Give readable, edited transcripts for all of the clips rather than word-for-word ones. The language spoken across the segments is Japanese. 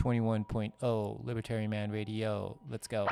21.0 Libertarian Man Radio. Let's go.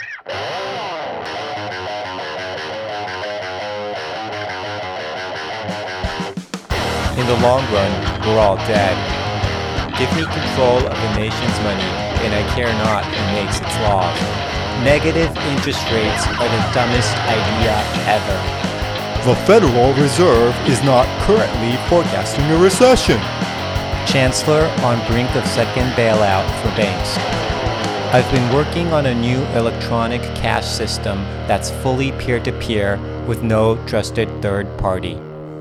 In the long run, we're all dead. Give me control of the nation's money, and I care not who makes its laws. Negative interest rates are the dumbest idea ever. The Federal Reserve is not currently forecasting a recession. Chancellor on brink of second bailout for banks. I've been working on a new electronic cash system that's fully peer-to-peer with no trusted third party.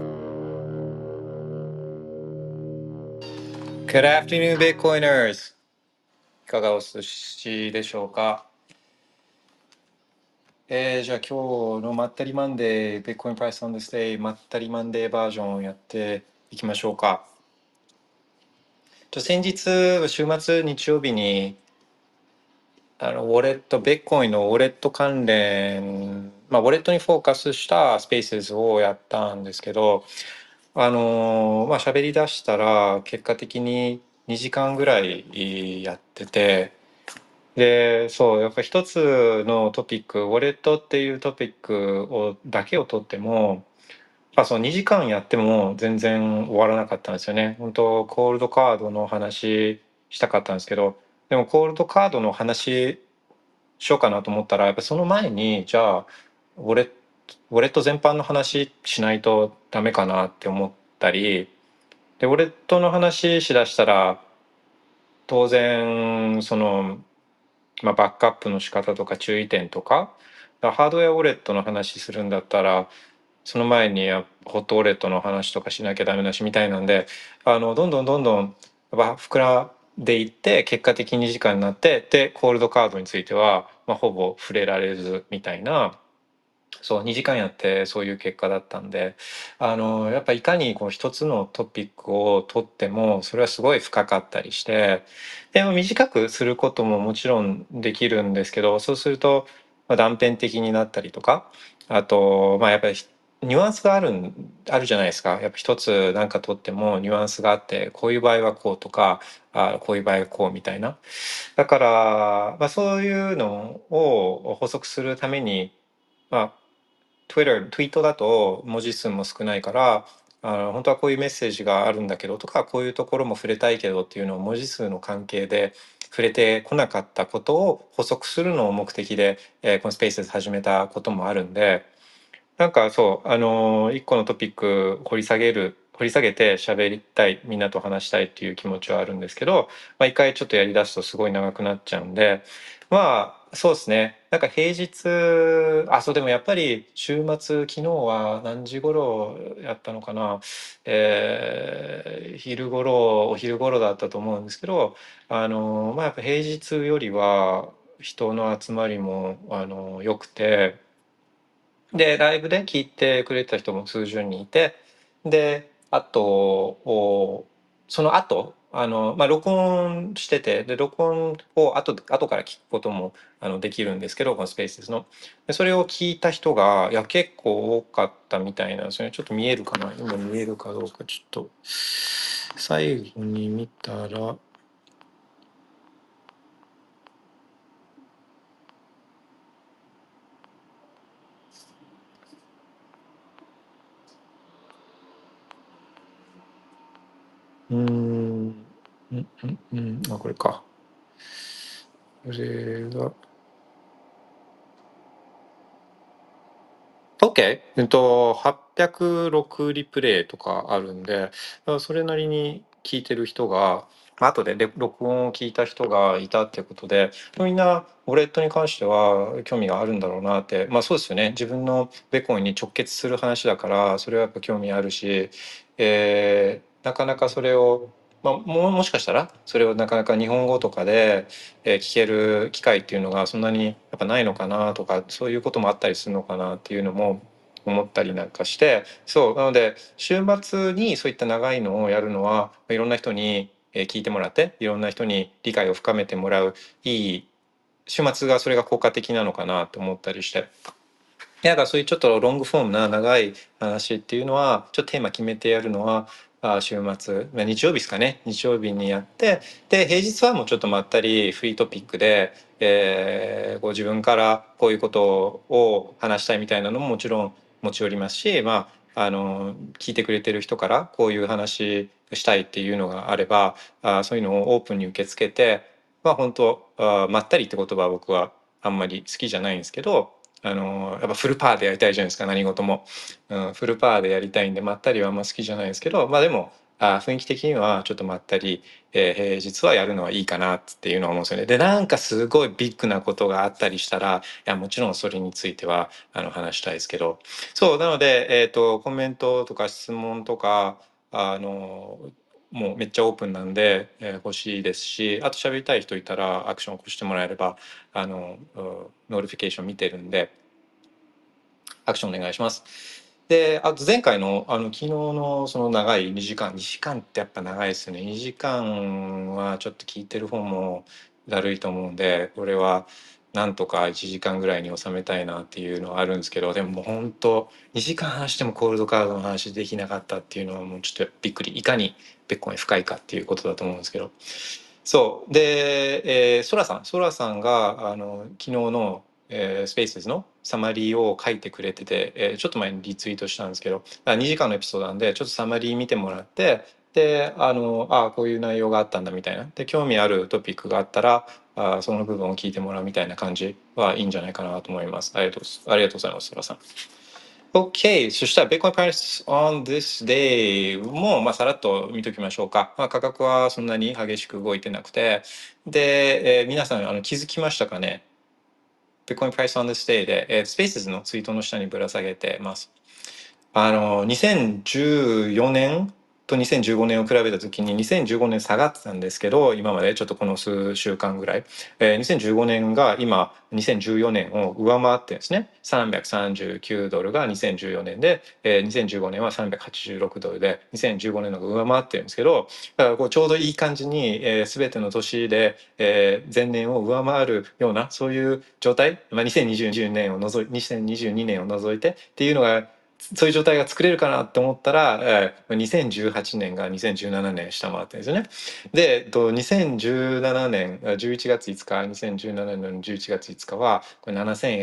Good afternoon, Bitcoiners! いかがお過ごしでしょうか。じゃあ今日のまったりマンデー、Bitcoin Price on this day まったりマンデーバージョンをやっていきましょうか。先日、週末日曜日にウォレット、ビットコインのウォレット関連、ウォレットにフォーカスしたスペースをやったんですけど、喋り出したら結果的に2時間ぐらいやってて、で、そうやっぱ一つのトピック、ウォレットっていうトピックだけを取っても、その2時間やっても全然終わらなかったんですよね。本当コールドカードの話したかったんですけど、でもコールドカードの話しようかなと思ったら、やっぱその前にじゃあウォレット全般の話しないとダメかなって思ったり、でウォレットの話しだしたら当然その、バックアップの仕方とか注意点とか、ハードウェアウォレットの話するんだったらその前にホットウォレットの話とかしなきゃダメだしみたいなんで、どんどん膨らんでいって結果的に2時間になって、でコールドカードについては、ほぼ触れられずみたいな、そう2時間やってそういう結果だったんで、やっぱいかにこう一つのトピックを取ってもそれはすごい深かったりして、でも短くすることももちろんできるんですけど、そうすると断片的になったりとか、あとやっぱりニュアンスがあるじゃないですか。やっぱ一つなんか取ってもニュアンスがあって、こういう場合はこうとか、こういう場合はこうみたいな。だから、そういうのを補足するために、ツイートだと文字数も少ないから、本当はこういうメッセージがあるんだけどとか、こういうところも触れたいけどっていうのを文字数の関係で触れてこなかったことを補足するのを目的で、このスペースで始めたこともあるんで、なんかそう、一個のトピック掘り下げて喋りたい、みんなと話したいっていう気持ちはあるんですけど、一回ちょっとやりだすとすごい長くなっちゃうんで、そうですね。なんか平日、そうでもやっぱり週末、昨日は何時頃やったのかな、お昼頃だったと思うんですけど、やっぱ平日よりは人の集まりも良くて、でライブで聞いてくれた人も数十人いて、であとその後録音してて、で録音を後から聞くこともできるんですけど、このスペースですので、それを聞いた人が結構多かったみたいなんですよね。ちょっと見えるかな、今見えるかどうか、ちょっと最後に見たらこれか。これがOK? 806リプレイとかあるんで、だからそれなりに聞いてる人が、後で録音を聞いた人がいたってことで、みんなウォレットに関しては興味があるんだろうなって。そうですよね。自分のベコインに直結する話だから、それはやっぱ興味あるし、なかなかそれを、もしかしたらそれをなかなか日本語とかで、聞ける機会っていうのがそんなにやっぱないのかなとか、そういうこともあったりするのかなっていうのも思ったりなんかして、そうなので週末にそういった長いのをやるのはいろんな人に聞いてもらって、いろんな人に理解を深めてもらういい週末が、それが効果的なのかなと思ったりして。だからそういうちょっとロングフォームな長い話っていうのはちょっとテーマ決めてやるのは週末、日曜日ですかね、日曜日にやって、で平日はもうちょっとまったりフリートピックで、こう自分からこういうことを話したいみたいなのももちろん持ち寄りますし、聞いてくれてる人からこういう話したいっていうのがあれば、そういうのをオープンに受け付けて、本当まったりって言葉は僕はあんまり好きじゃないんですけど、やっぱフルパーでやりたいじゃないですか、何事も。フルパーでやりたいんでまったりはあんま好きじゃないですけど、でも雰囲気的にはちょっとまったり、平日はやるのはいいかなっていうのは思うんですよね。でなんかすごいビッグなことがあったりしたら、いやもちろんそれについては話したいですけど、そうなので、コメントとか質問とかもうめっちゃオープンなんで、欲しいですし、あと喋りたい人いたらアクション起こしてもらえればノリフィケーション見てるんでアクションお願いします。で、あと前回の昨日のその長い2時間ってやっぱ長いですね。2時間はちょっと聞いてる方もだるいと思うんで、これはなんとか1時間ぐらいに収めたいなっていうのはあるんですけど、でももう本当2時間話してもコールドカードの話できなかったっていうのはもうちょっとびっくり。いかにベッコイン深いかっていうことだと思うんですけど。そうで、ソラさんが昨日の、スペースのサマリーを書いてくれてて、ちょっと前にリツイートしたんですけど、2時間のエピソードなんでちょっとサマリー見てもらって、でこういう内容があったんだみたいな、で興味あるトピックがあったらその部分を聞いてもらうみたいな感じはいいんじゃないかなと思います。ありがとうございます、ソラさん。OK。そしたら、Bitcoin Price on this day も、さらっと見ときましょうか。価格はそんなに激しく動いてなくて。で、皆さん気づきましたかね？ Bitcoin Price on this day で、Spaces のツイートの下にぶら下げてます。2014年と2015年を比べた時に2015年下がってたんですけど、今までちょっとこの数週間ぐらい、2015年が今2014年を上回ってるんですね。$339が2014年で、2015年は$386で2015年の方が上回ってるんですけど、だからこうちょうどいい感じに、全ての年で、前年を上回るようなそういう状態、2020年を除い2022年を除いてっていうのが、そういう状態が作れるかなって思ったら、2018年が2017年下回ってるんですよね。で、2017年11月5日、2017年の11月5日はこれ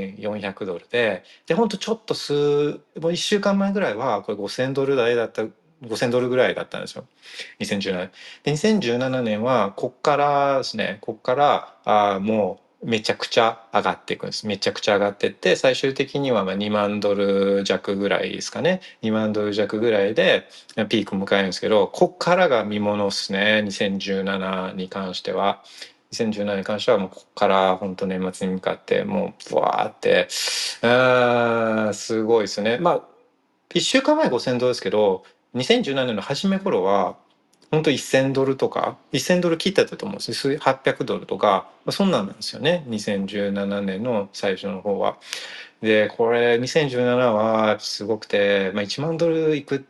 $7400で、本当ちょっともう1週間前ぐらいはこれ$5000台だった、$5000ぐらいだったんですよ。2017年。で、2017年はこっからですね、こっからもうめちゃくちゃ上がっていくんです。めちゃくちゃ上がっていって、最終的には$20,000弱ぐらいですかね。$20,000弱ぐらいでピークを迎えるんですけど、こっからが見ものですね。2017に関しては。2017に関してはもうここから本当年末に向かってもうブワーってすごいですよね。1週間前$5000ですけど、2017年の初め頃は本当$1000とか$1000切ってたと思うんですよ。$800とか、そんなんなんですよね。2017年の最初の方は。でこれ2017はすごくて、$10,000いくって、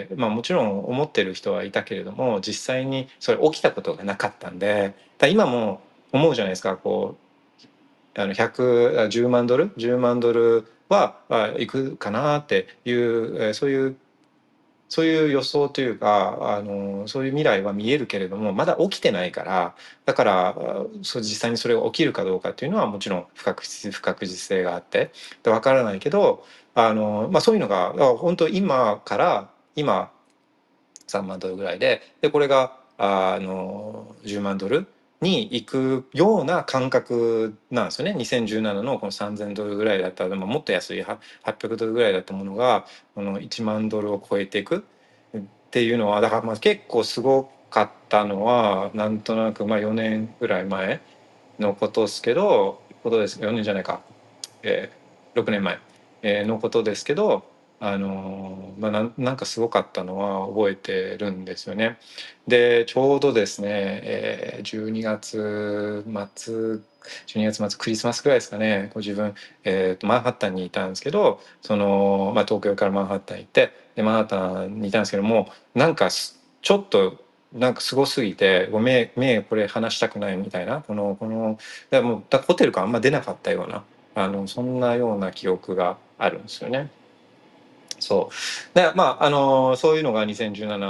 もちろん思ってる人はいたけれども、実際にそれ起きたことがなかったんで、今も思うじゃないですか。こう10万ドル10万ドルはいくかなっていう、そういう予想というかそういう未来は見えるけれども、まだ起きてないから、だから実際にそれが起きるかどうかっていうのはもちろん不確実性があってわからないけど、そういうのが本当今3万ドルぐらいでこれが10万ドルに行くような感覚なんですよね。2017のこの$3,000ぐらいだったら、もっと安い$800ぐらいだったものがこの1万ドルを超えていくっていうのは、だから結構すごかったのはなんとなく4年ぐらい前のことですけど、4年じゃないか、6年前のことですけど、なんかすごかったのは覚えてるんですよね。でちょうどですね、12月末クリスマスぐらいですかね、自分、マンハッタンにいたんですけど、東京からマンハッタン行って、でマンハッタンにいたんですけども、なんかちょっとなんかすごすぎて目これ離したくないみたいな、ホテルからあんま出なかったようなそんなような記憶があるんですよね。そうでそういうのが2017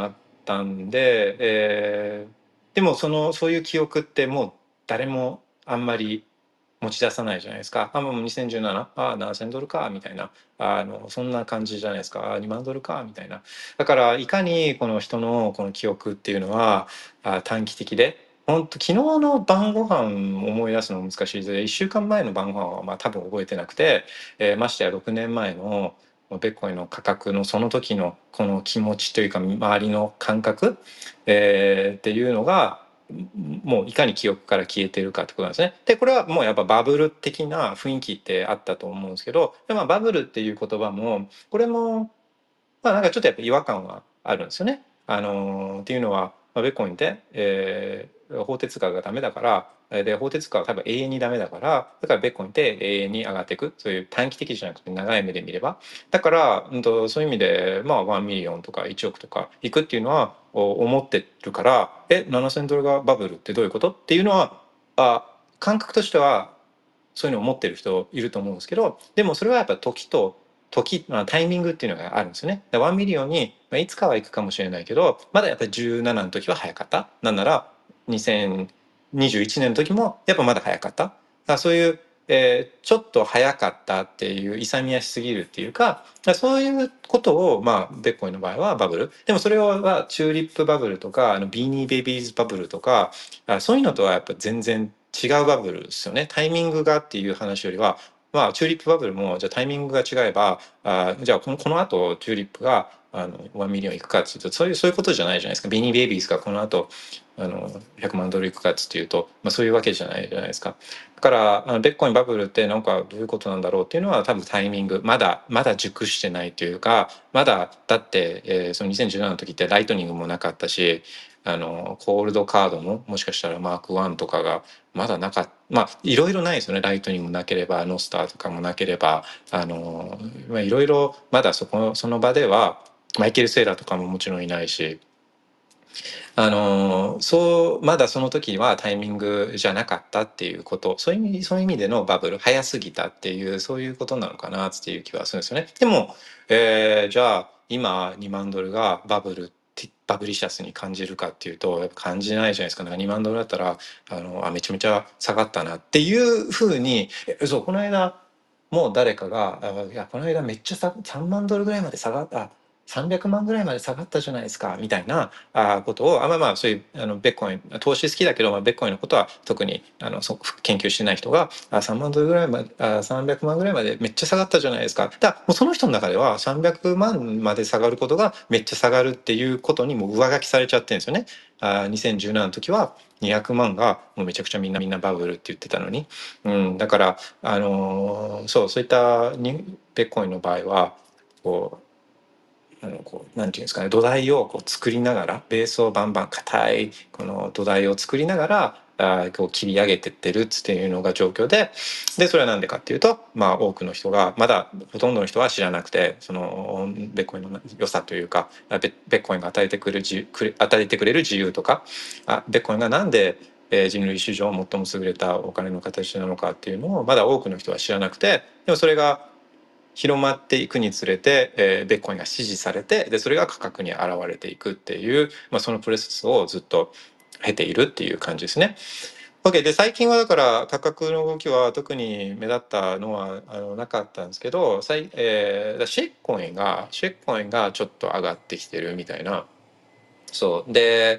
ったんで、でもそういう記憶ってもう誰もあんまり持ち出さないじゃないですか。もう2017、7000ドルかみたいな、そんな感じじゃないですか。2万ドルかみたいな。だからいかにこの人のこの記憶っていうのは短期的で、本当昨日の晩ご飯思い出すの難しいです。1週間前の晩ご飯はまあ多分覚えてなくて、ましてや6年前のベッコインの価格のその時のこの気持ちというか周りの感覚、っていうのがもういかに記憶から消えてるかってことなんですね。でこれはもうやっぱバブル的な雰囲気ってあったと思うんですけど、で、バブルっていう言葉もこれもなんかちょっとやっぱ違和感はあるんですよね。っていうのは、ベッコインって、法定通貨がダメだから、で法定通貨は多分永遠にダメだから、だからベッコインって永遠に上がっていく、そういう短期的じゃなくて長い目で見れば、だから、そういう意味で1ミリオンとか1億とかいくっていうのは思ってるから、7000ドルがバブルってどういうことっていうのは感覚としてはそういうのを持ってる人いると思うんですけど、でもそれはやっぱタイミングっていうのがあるんですよね。1ミリオンにいつかは行くかもしれないけど、まだやっぱり17の時は早かった。なんなら2021年の時もやっぱまだ早かった。だからそういう、ちょっと早かったっていう勇み足すぎるっていうか、そういうことをベッコインの場合はバブル。でもそれはチューリップバブルとかビーニーベビーズバブルとかそういうのとはやっぱ全然違うバブルですよね。タイミングがっていう話よりは、チューリップバブルもじゃあタイミングが違えばじゃあこの後チューリップが1ミリオンいくかっていうとそういうことじゃないじゃないですか。ビニーベイビーズがこの後100万ドルいくかっていうと、そういうわけじゃないじゃないですか。だからベッコインバブルってなんかどういうことなんだろうっていうのは多分タイミングまだ熟してないというか、まだだって、その2017の時ってライトニングもなかったし、コールドカードもしかしたらマーク1とかがまだなかった。いろいろないですよね。ライトニングもなければノスターとかもなければいろいろまだその場ではマイケル・セーラーとかももちろんいないし、まだその時はタイミングじゃなかったっていうこと、そういう意味でのバブル早すぎたっていうそういうことなのかなっていう気はするんですよね。でも、じゃあ今2万ドルがバブリシャスに感じるかっていうとやっぱ感じないじゃないですか。2万ドルだったらめちゃめちゃ下がったなっていうふうにそうこの間もう誰かがいやこの間めっちゃ3万ドルぐらいまで下がった300万ぐらいまで下がったじゃないですかみたいなことをそういうベッコイン投資好きだけど、ベッコインのことは特に研究してない人が3万ドルぐらいまで300万ぐらいまでめっちゃ下がったじゃないですか。もうその人の中では300万まで下がることがめっちゃ下がるっていうことにも上書きされちゃってるんですよね。2017の時は200万がもうめちゃくちゃみんなバブルって言ってたのに、だからそういったベッコインの場合はなんていうんですかね、土台を作りながらベースをバンバン硬いこの土台を作りながら切り上げてってるっていうのが状況で、それは何でかっていうと、多くの人がまだほとんどの人は知らなくて、そのベッコインの良さというかベッコインが与えてくれる自由とかベッコインがなんで人類史上最も優れたお金の形なのかっていうのをまだ多くの人は知らなくて、でもそれが広まっていくにつれて、ベッコインが支持されて、でそれが価格に現れていくっていう、そのプロセスをずっと経ているっていう感じですね。OK で最近はだから価格の動きは特に目立ったのはなかったんですけど、シェッコインがちょっと上がってきてるみたいな。そうで、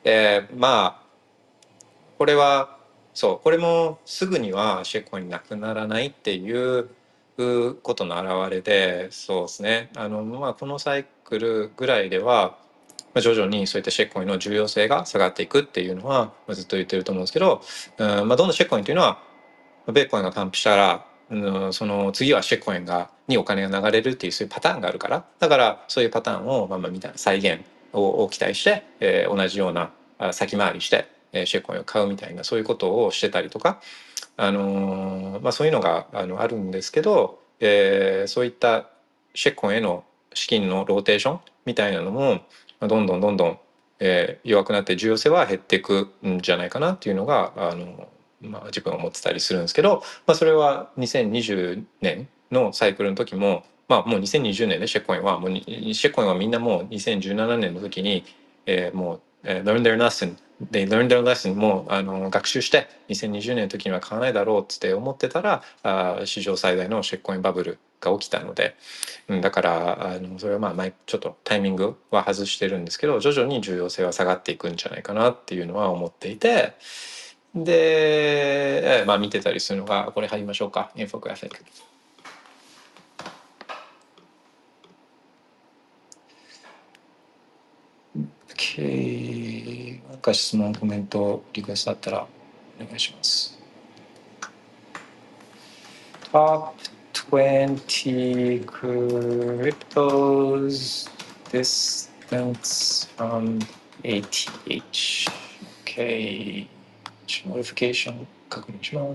これはこれもすぐにはシェッコインなくならないっていうことの表れで、そうですねこのサイクルぐらいでは徐々にそういったシェッコインの重要性が下がっていくっていうのはずっと言ってると思うんですけど、どんどんシェッコインというのはベッコインがパンプしたらその次はシェッコインにお金が流れるっていうそういうパターンがあるから、だからそういうパターンをみたいな再現を期待して、同じような先回りしてシェッコインを買うみたいなそういうことをしてたりとか、そういうのがあるんですけど、そういったシェッコンへの資金のローテーションみたいなのもどんどん、弱くなって重要性は減っていくんじゃないかなっていうのが自分は思ってたりするんですけど、それは2020年のサイクルの時ももう2020年でシェッコインはみんなもう2017年の時にもう、learn their lesson they learned their lesson もう学習して2020年の時には買わないだろうって思ってたら史上最大のシェッコインバブルが起きたので、だからそれはまあちょっとタイミングは外してるんですけど、徐々に重要性は下がっていくんじゃないかなっていうのは思っていて、で、まあ見てたりするのが、これ貼りましょうか、インフォグラフィック。OK。なんか質問、コメント、リクエストあったらお願いします。Top 20 cryptos distance from ATH。OK。ノリフィケーション確認します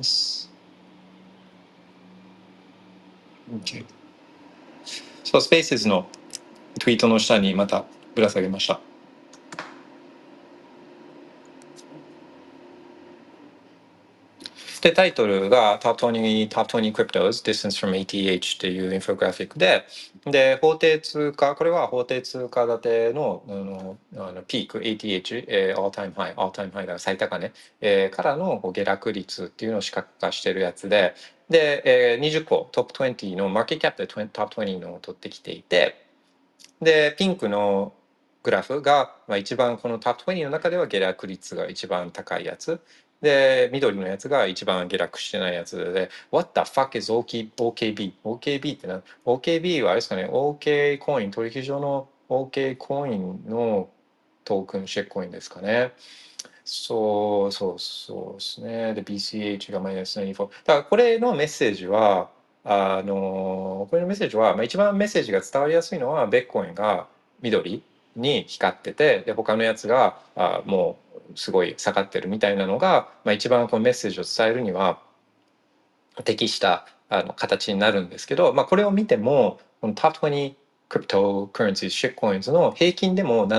。OK。そう、スペースズのツイートの下にまたぶら下げました。で、タイトルが Top 20 Cryptos Distance from ATH っていうインフォグラフィックで、法定通貨、これは法定通貨建てのピーク、ATH、all time high が最高値、からの下落率っていうのを視覚化してるやつで、20個、トップ20のマーケットキャップでトップ20のを取ってきていて、で、ピンクのグラフが、一番このトップ20の中では下落率が一番高いやつ。で、緑のやつが一番下落してないやつで、What the fuck is OKB？OKB ってOKB はあれですかね、OK コイン、取引所の OK コインのトークンシェックコインですかね。そうですね。で、BCH がマイナス94。だからこれのメッセージは、これのメッセージは、一番メッセージが伝わりやすいのは、ベッコインが緑に光ってて、で、他のやつがもうすごい下がってるみたいなのが、一番このメッセージを伝えるには適した形になるんですけど、これを見ても、この Top 20クリプトカレンシー、シェックコインズの平均でも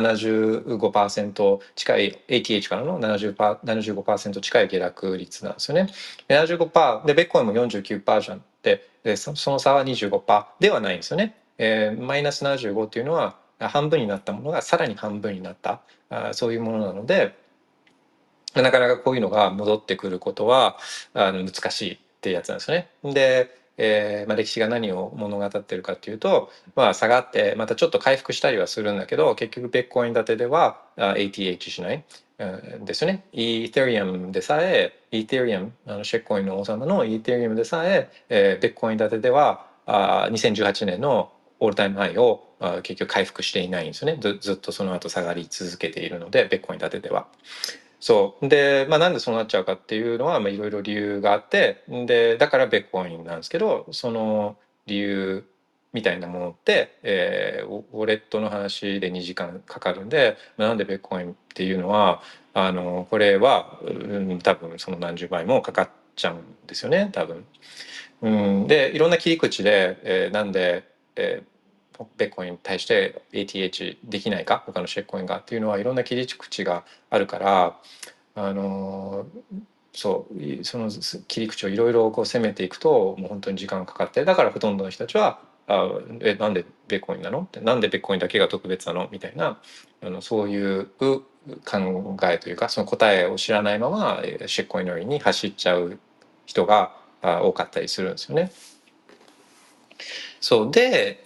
75%近い、ATH からの75%近い下落率なんですよね。75%で、ベッコインも49%じゃんで、その差は25%ではないんですよね。マイナス75っていうのは、半分になったものがさらに半分になった、そういうものなので、なかなかこういうのが戻ってくることは難しいっていうやつなんですよね。で、歴史が何を物語ってるかっていうと、下がってまたちょっと回復したりはするんだけど、結局ベッコイン建てではATH しない、ですよね。イーテリアムでさえ、イーテリアム、シェックコインの王様のイーテリアムでさえ、ベッコイン建てでは2018年のオールタイムハイを結局回復していないんですよね。ずっとその後下がり続けているので、ベッコイン建てでは。そうで、なんでそうなっちゃうかっていうのはいろいろ理由があって、でだからベッコインなんですけど、その理由みたいなものって、ウォレットの話で2時間かかるんで、なんでベッコインっていうのはこれは、多分その何十倍もかかっちゃうんですよね、多分。でいろんな切り口で、なんで、ベッコインに対して ATH できないか、他のシェックコインがっていうのはいろんな切り口があるから、その切り口をいろいろ攻めていくともう本当に時間がかかって、だからほとんどの人たちはなんでベッコインなのって、なんでベッコインだけが特別なのみたいなそういう考えというか、その答えを知らないままシェックコインのように走っちゃう人が多かったりするんですよね。そうで、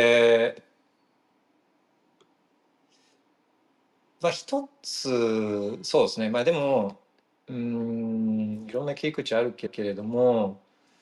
一つそうですね、でもいろんな切り口あるけれども、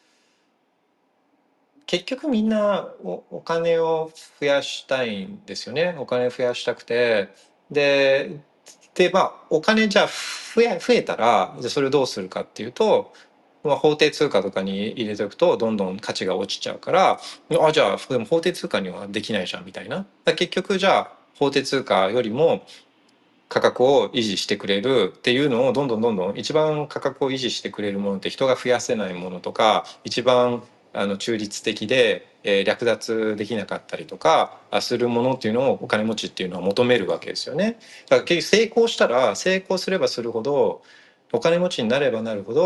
結局みんなお金を増やしたいんですよね。お金増やしたくて、でお金じゃあ増えたら、じゃあそれをどうするかっていうと、法定通貨とかに入れておくとどんどん価値が落ちちゃうから、じゃあでも法定通貨にはできないじゃんみたいな。結局じゃあ法定通貨よりも価格を維持してくれるっていうのをどんどん一番価格を維持してくれるものって人が増やせないものとか、一番中立的で、略奪できなかったりとかするものっていうのをお金持ちっていうのは求めるわけですよね。だから成功すればするほど、お金持ちになればなるほど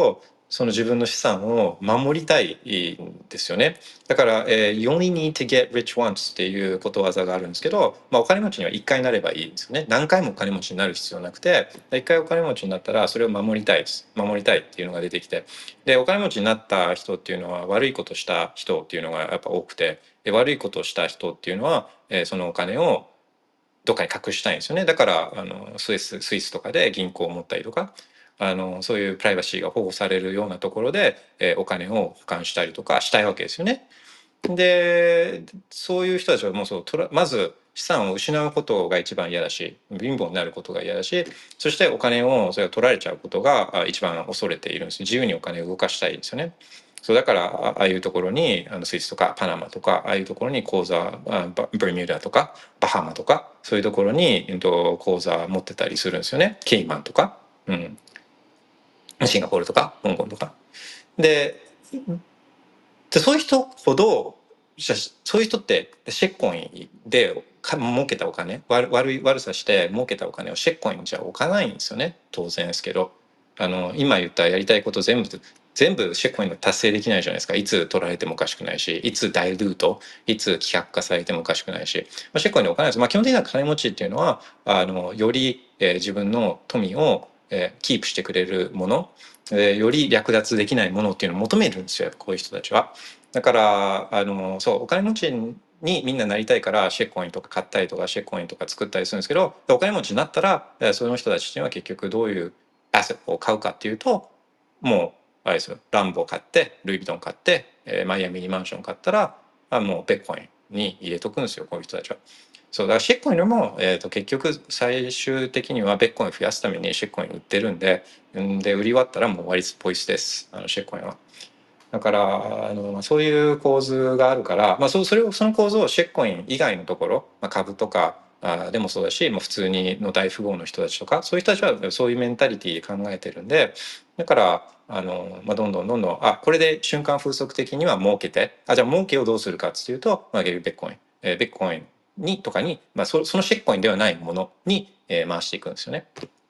その自分の資産を守りたいんですよね。だから、You only need to get rich once っていうことわざがあるんですけど、お金持ちには1回なればいいんですよね。何回もお金持ちになる必要なくて、1回お金持ちになったらそれを守りたいです。守りたいっていうのが出てきて、でお金持ちになった人っていうのは悪いことした人っていうのがやっぱ多くて、で悪いことをした人っていうのは、そのお金をどっかに隠したいんですよね。だからスイスとかで銀行を持ったりとか、そういうプライバシーが保護されるようなところで、お金を保管したりとかしたいわけですよね。でそういう人たちはもうまず資産を失うことが一番嫌だし、貧乏になることが嫌だし、そしてお金をそれを取られちゃうことが一番恐れているんです。自由にお金を動かしたいんですよね。そうだからああいうところにスイスとかパナマとかああいうところに口座ブルミューダとかバハマとかそういうところに口座持ってたりするんですよね。ケイマンとか、シンガポールとか香港とかでそういう人ほどそういう人ってシェッコインで儲けたお金悪さして儲けたお金をシェッコインじゃ置かないんですよね。当然ですけど今言ったやりたいこと全部シェッコインが達成できないじゃないですか。いつ取られてもおかしくないし、いつ大ルートいつ希薄化されてもおかしくないし、シェッコインで置かないです。基本的には金持ちっていうのはより、自分の富を、キープしてくれるもの、より略奪できないものっていうのを求めるんですよ、こういう人たちは。だからそうお金持ちにみんななりたいからシェッコインとか買ったりとかシェッコインとか作ったりするんですけど、お金持ちになったらその人たちには結局どういうアセットを買うかっていうと、もうあれですよ、ランボを買ってルイ・ヴィトン買って、マイアミにマンション買ったらもうベッコインに入れとくんですよ、こういう人たちは。そうだからシェッコインでも、結局最終的にはベッコインを増やすためにシェッコイン売ってるんで、で売り終わったらもう終わりポイスです、シェッコインは。だからそういう構図があるから、その構造をシェッコイン以外のところ、株とかでもそうだし、普通にの大富豪の人たちとかそういう人たちはそういうメンタリティーで考えてるんで、だからどんどんこれで瞬間風速的には儲けてじゃあ儲けをどうするかっていうと、ベッコイン、ベッコインにとかに、そのシェッコインではないものに、回していくんですよね。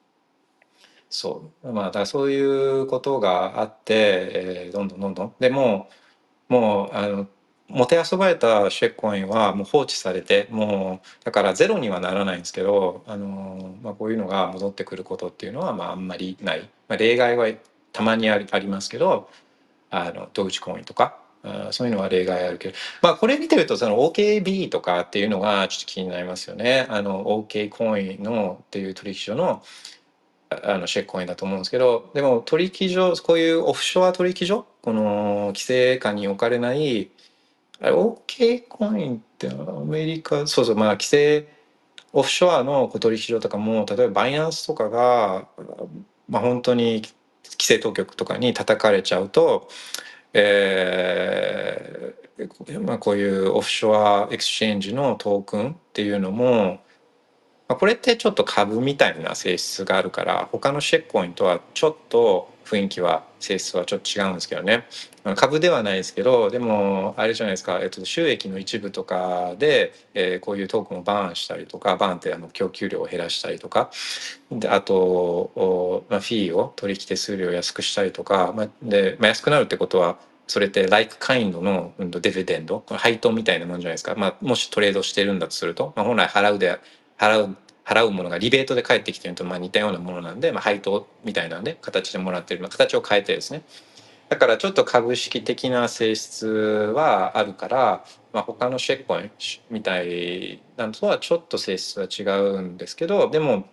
そうだからそういうことがあって、どんどんでもうもてあそばれたシェッコインはもう放置されて、もうだからゼロにはならないんですけど、こういうのが戻ってくることっていうのはあんまりない、例外はたまにありますけど、ドージコインとかそういうのは例外あるけど、これ見てるとその OKB とかっていうのがちょっと気になりますよね。OK コインのっていう取引所のシェッコインだと思うんですけど、でも取引所、こういうオフショア取引所、この規制下に置かれないOK コインってアメリカ、規制オフショアの取引所とかも、例えばバイナンスとかが本当に規制当局とかに叩かれちゃうと、こういうオフショアエクスチェンジのトークンっていうのも、これってちょっと株みたいな性質があるから他のシェッコインとはちょっと雰囲気は性質はちょっと違うんですけどね。株ではないですけど、でもあれじゃないですか、収益の一部とかで、こういうトークンをバーンしたりとか、バーンって供給量を減らしたりとかで、あとフィーを取引手数料を安くしたりとか、安くなるってことはそれってライクカインドのディビデンド、配当みたいなもんじゃないですか。もしトレードしてるんだとすると、本来払うものがリベートで返ってきてるのと似たようなものなんで、配当みたいなんで形でもらってる、形を変えてですね。だからちょっと株式的な性質はあるから、他のシェッコインみたいなのとはちょっと性質は違うんですけど、でも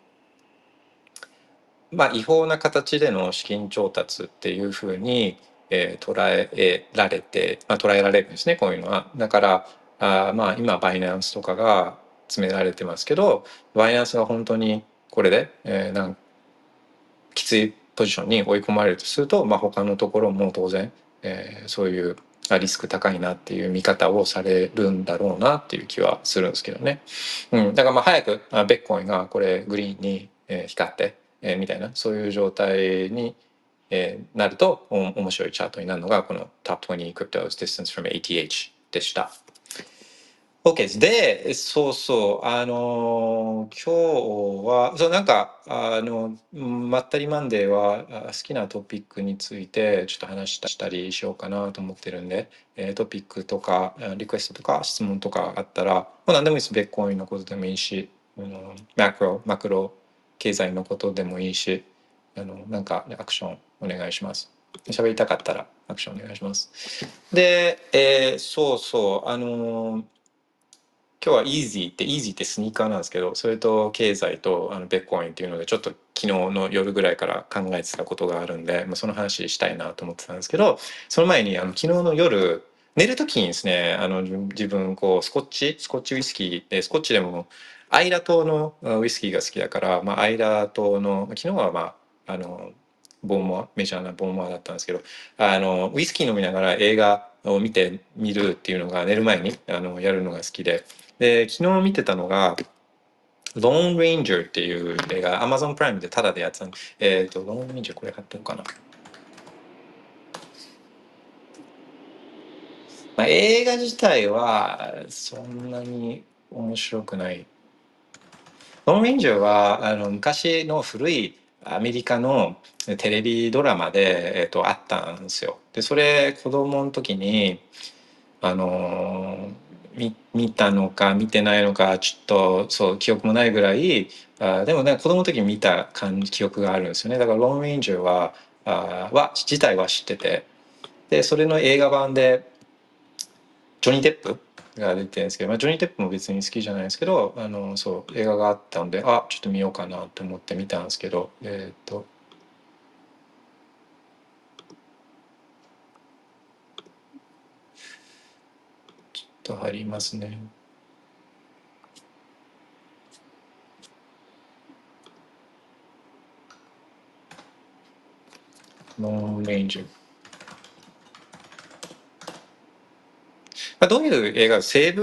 違法な形での資金調達っていうふうに、捉えられて、捉えられるんですね、こういうのは。だから今バイナンスとかが詰められてますけど、バイナンスが本当にこれで、きついポジションに追い込まれるとすると、他のところも当然、そういうリスク高いなっていう見方をされるんだろうなっていう気はするんですけどね。だから早くベッコインがこれグリーンに、光って、みたいなそういう状態に、なると面白いチャートになるのがこの Top 20 Cryptos Distance from ATH でした。 OK です。で、そうそう、今日は、そう、なんか、まったりマンデーは好きなトピックについてちょっと話したりしようかなと思ってるんで、トピックとか、リクエストとか質問とかあったら、もう何でもいいです。ベッコインのことでもいいし、マクロ経済のことでもいいし、なんかアクションお願いします。喋りたかったらアクションお願いします。で、そうそう、今日はイージーってスニーカーなんですけど、それと経済とベッコインっていうのでちょっと昨日の夜ぐらいから考えてたことがあるんで、その話したいなと思ってたんですけど、その前に昨日の夜寝る時にですね、自分こうスコッチウイスキーで、スコッチでもアイラ島のウイスキーが好きだから、アイラ島の昨日はボーモアメジャーなボーモアだったんですけど、ウイスキー飲みながら映画を見るっていうのが寝る前にやるのが好きで、昨日見てたのがローン・レンジャーっていう映画、アマゾンプライムでタダでやってたんで、ローン・レンジャーこれ買ったのかな。映画自体はそんなに面白くない。ローン・レンジャーは昔の古いアメリカのテレビドラマで、あったんですよ。で、それ子供の時にあの見たのか見てないのかちょっとそう記憶もないぐらい、でもね子供の時に見た記憶があるんですよね。だからローン・レンジャーは自体は知ってて、でそれの映画版でジョニー・デップが出てるんですけど、ジョニー・デップも別に好きじゃないんですけど、そう映画があったんで、ちょっと見ようかなと思って見たんですけど、ちょっと入りますね。ローン・レンジャー、どういう映画、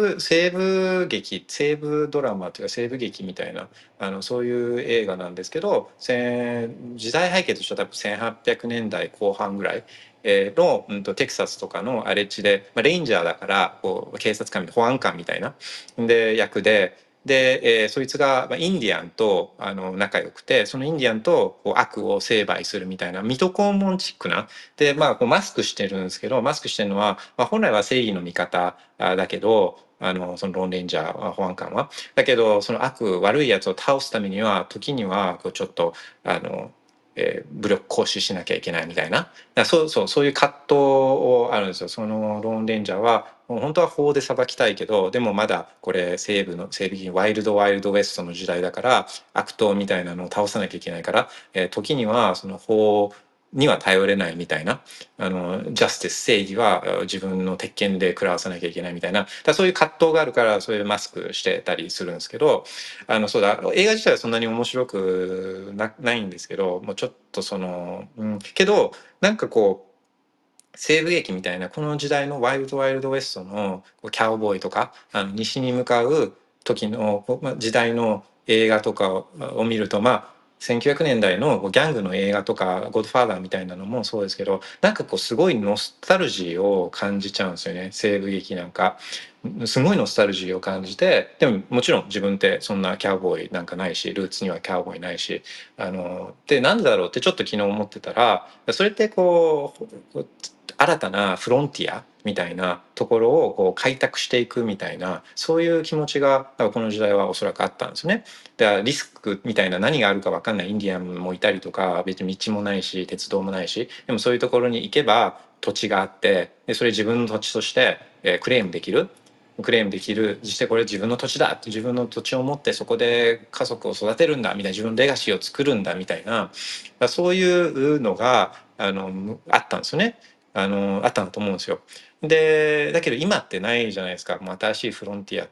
西部ドラマというか西部劇みたいなそういう映画なんですけど、時代背景としては多分1800年代後半ぐらいの、テキサスとかの荒れ地で、レンジャーだからこう警察官保安官みたいな役で、そいつがインディアンと仲良くて、そのインディアンとこう悪を成敗するみたいな水戸黄門チックなで、こうマスクしてるんですけど、マスクしてるのは、本来は正義の味方だけど、そのローンレンジャー保安官はだけど、その悪いやつを倒すためには時にはこうちょっと武力行使しなきゃいけないみたいな、そういう葛藤をあるんですよ。そのローンレンジャーは本当は法で裁きたいけど、でもまだこれ西部ワイルドウエストの時代だから悪党みたいなのを倒さなきゃいけないから、時にはその法には頼れないみたいな、ジャスティス正義は自分の鉄拳で食らわさなきゃいけないみたいな、そういう葛藤があるからそういうマスクしてたりするんですけど、そうだ、映画自体はそんなに面白くないんですけど、もうちょっとけどなんかこう西部劇みたいなこの時代のワイルドウエストのキャウボーイとか西に向かう時の時代の映画とかを見ると、1900年代のギャングの映画とかゴッドファーザーみたいなのもそうですけど、なんかこうすごいノスタルジーを感じちゃうんですよね。西部劇なんかすごいノスタルジーを感じて、でももちろん自分ってそんなキャウボーイなんかないし、ルーツにはキャウボーイないし、でなんでだろうってちょっと昨日思ってたら、それってこう新たなフロンティアみたいなところをこう開拓していくみたいな、そういう気持ちがこの時代はおそらくあったんですね。だからリスクみたいな、何があるか分かんないインディアンもいたりとか、別に道もないし鉄道もないし、でもそういうところに行けば土地があって、でそれ自分の土地として、クレームできる。実際これ自分の土地だって、自分の土地を持ってそこで家族を育てるんだみたいな、自分のレガシーを作るんだみたいな、そういうのがあったんですよね。あったんだと思うんですよ。でだけど今ってないじゃないですか。もう新しいフロンティアって、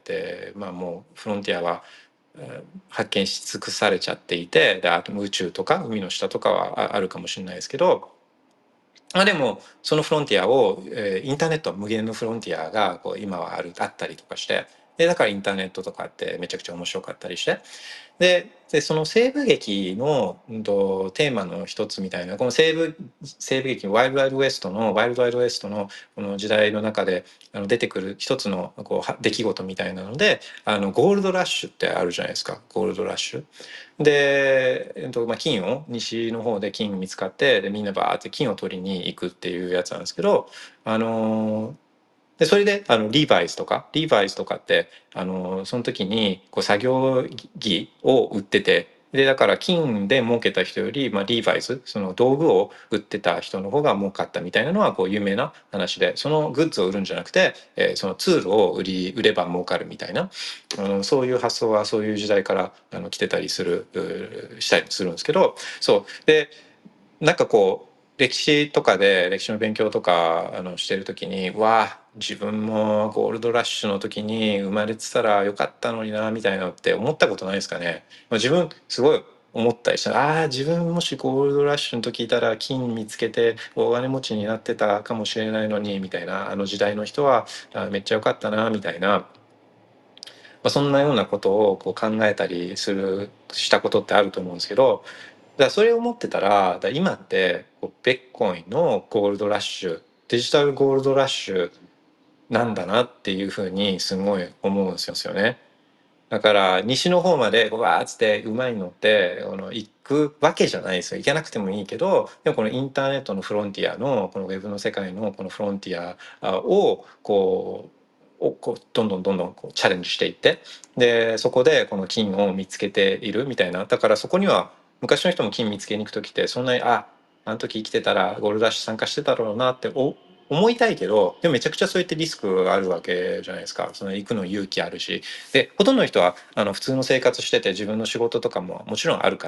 もうフロンティアは発見し尽くされちゃっていて、であと宇宙とか海の下とかはあるかもしれないですけど、でもそのフロンティアを、インターネットは無限のフロンティアがこう今はあったりとかして、 でだからインターネットとかってめちゃくちゃ面白かったりして、でその西部劇の、テーマの一つみたいな、この西部劇ワイルドワイルドウエストのこの時代の中で出てくる一つの出来事みたいなので、ゴールドラッシュってあるじゃないですか。ゴールドラッシュで、金を西の方で金見つかって、でみんなバーって金を取りに行くっていうやつなんですけど、でそれでリーバイスとかってその時に作業着を売ってて、でだから金で儲けた人より、リーバイスその道具を売ってた人の方が儲かったみたいなのは有名な話で、そのグッズを売るんじゃなくて、そのツールを売れば儲かるみたいな、そういう発想はそういう時代から来てたりしたりするんですけど、そうでなんか歴史とかで歴史の勉強とかしてる時に、自分もゴールドラッシュの時に生まれてたらよかったのになみたいなのって思ったことないですかね。自分すごい思ったりした。自分もしゴールドラッシュの時いたら金見つけて大金持ちになってたかもしれないのにみたいな、あの時代の人はめっちゃ良かったなみたいな、そんなようなことを考えたりしたことってあると思うんですけど、だからそれを思ってたら、今ってベッコインのゴールドラッシュ、デジタルゴールドラッシュなんだなっていうふうにすごい思うんですよね。だから西の方までわーっつってうまいのって行くわけじゃないですよ。行かなくてもいいけど、でもこのインターネットのフロンティアのこのウェブの世界のこのフロンティアをどんどんチャレンジしていって、でそこでこの金を見つけているみたいな。だからそこには昔の人も金見つけに行く時ってそんなにあの時生きてたらゴールドラッシュ参加してたろうなって思いたいけど、でもめちゃくちゃそうやってリスクがあるわけじゃないですか。その行くの勇気あるし、でほとんどの人は普通の生活してて自分の仕事とかももちろんあるから、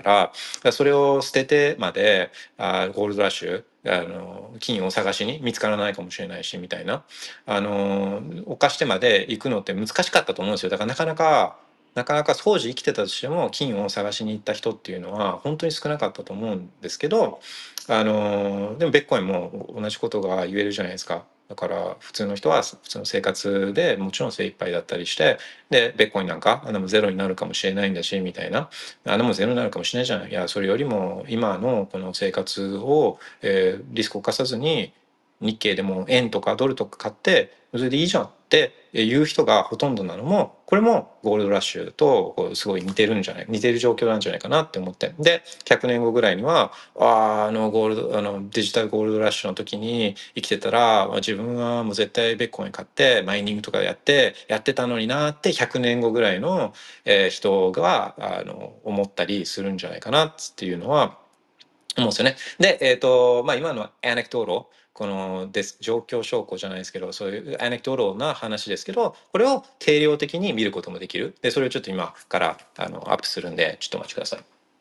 それを捨ててまでゴールドラッシュ金を探しに見つからないかもしれないしみたいな、犯してまで行くのって難しかったと思うんですよ。だからなかなか当時生きてたとしても金を探しに行った人っていうのは本当に少なかったと思うんですけど、でもベッコインも同じことが言えるじゃないですか。だから普通の人は普通の生活でもちろん精一杯だったりして、でベッコインなんかでもゼロになるかもしれないんだしみたいな、でもゼロになるかもしれないじゃない、いやそれよりも今のこの生活を、リスクを冒さずに日経でも円とかドルとか買ってそれでいいじゃんっていう人がほとんどなのも、これもゴールドラッシュとすごい似てる状況なんじゃないかなって思って、で100年後ぐらいにはデジタルゴールドラッシュの時に生きてたら自分はもう絶対ベッコイン買ってマイニングとかやってたのになって100年後ぐらいの人が思ったりするんじゃないかなっていうのは思うんですよね。で、今のアネクトーロこの状況証拠じゃないですけど、そういうアネクトーロな話ですけど、これを定量的に見ることもできる。でそれをちょっと今からアップするんでちょっとお待ちください。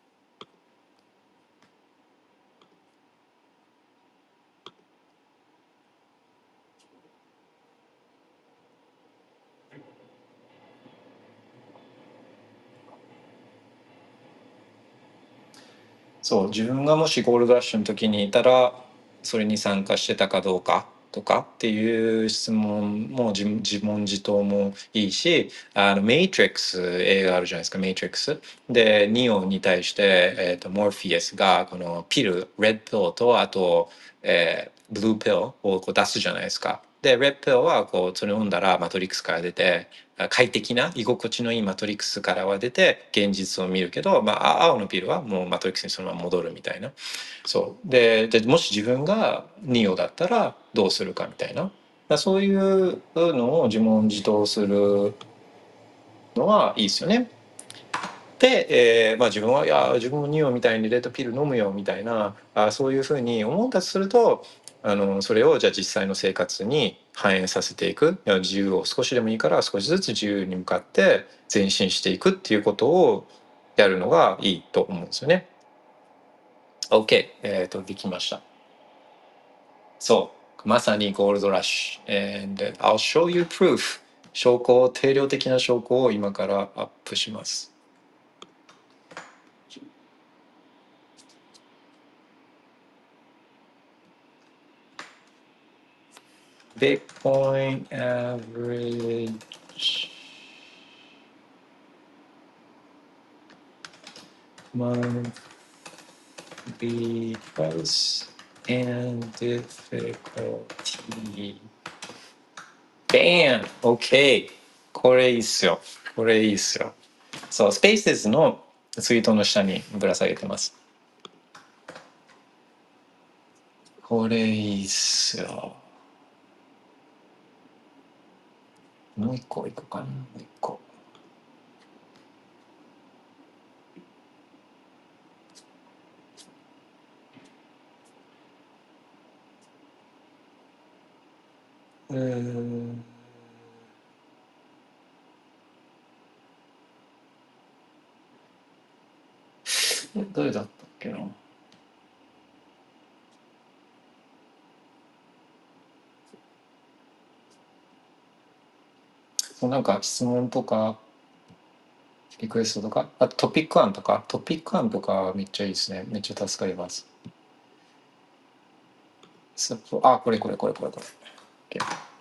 そう、自分がもしゴールドラッシュの時にいたらそれに参加してたかどうかとかっていう質問も自問自答もいいし、メイトリックス映画あるじゃないですか。メイトリックスでニオに対して、モーフィアスがこのピルレッドピルとあと、ブルーピルを出すじゃないですか。でレッドピルはそれを飲んだらマトリックスから出て快適な居心地のいいマトリックスからは出て現実を見るけど、青のピルはもうマトリックスにそのまま戻るみたいな。そうでもし自分がニオだったらどうするかみたいな、そういうのを自問自答するのはいいですよね。で、自分はいや自分もニオみたいにレッドピル飲むよみたいなそういうふうに思ったとすると、それをじゃあ実際の生活に反映させていく、自由を少しでもいいから少しずつ自由に向かって前進していくっていうことをやるのがいいと思うんですよね。OK、できました。そう、まさにゴールドラッシュ。And I'll show you proof。定量的な証拠を今からアップします。Bitcoin average monthly price and difficulty. Bam! OK! これいいっすよ。これいいっすよ。そう、スペースのツイートの下にぶら下げてます。これいいっすよ。もう一個いくかな。もう一個。どれだったっけな。なんか質問とかリクエストとか、あとトピック案とかめっちゃいいですね。めっちゃ助かります。あ、これ。OK。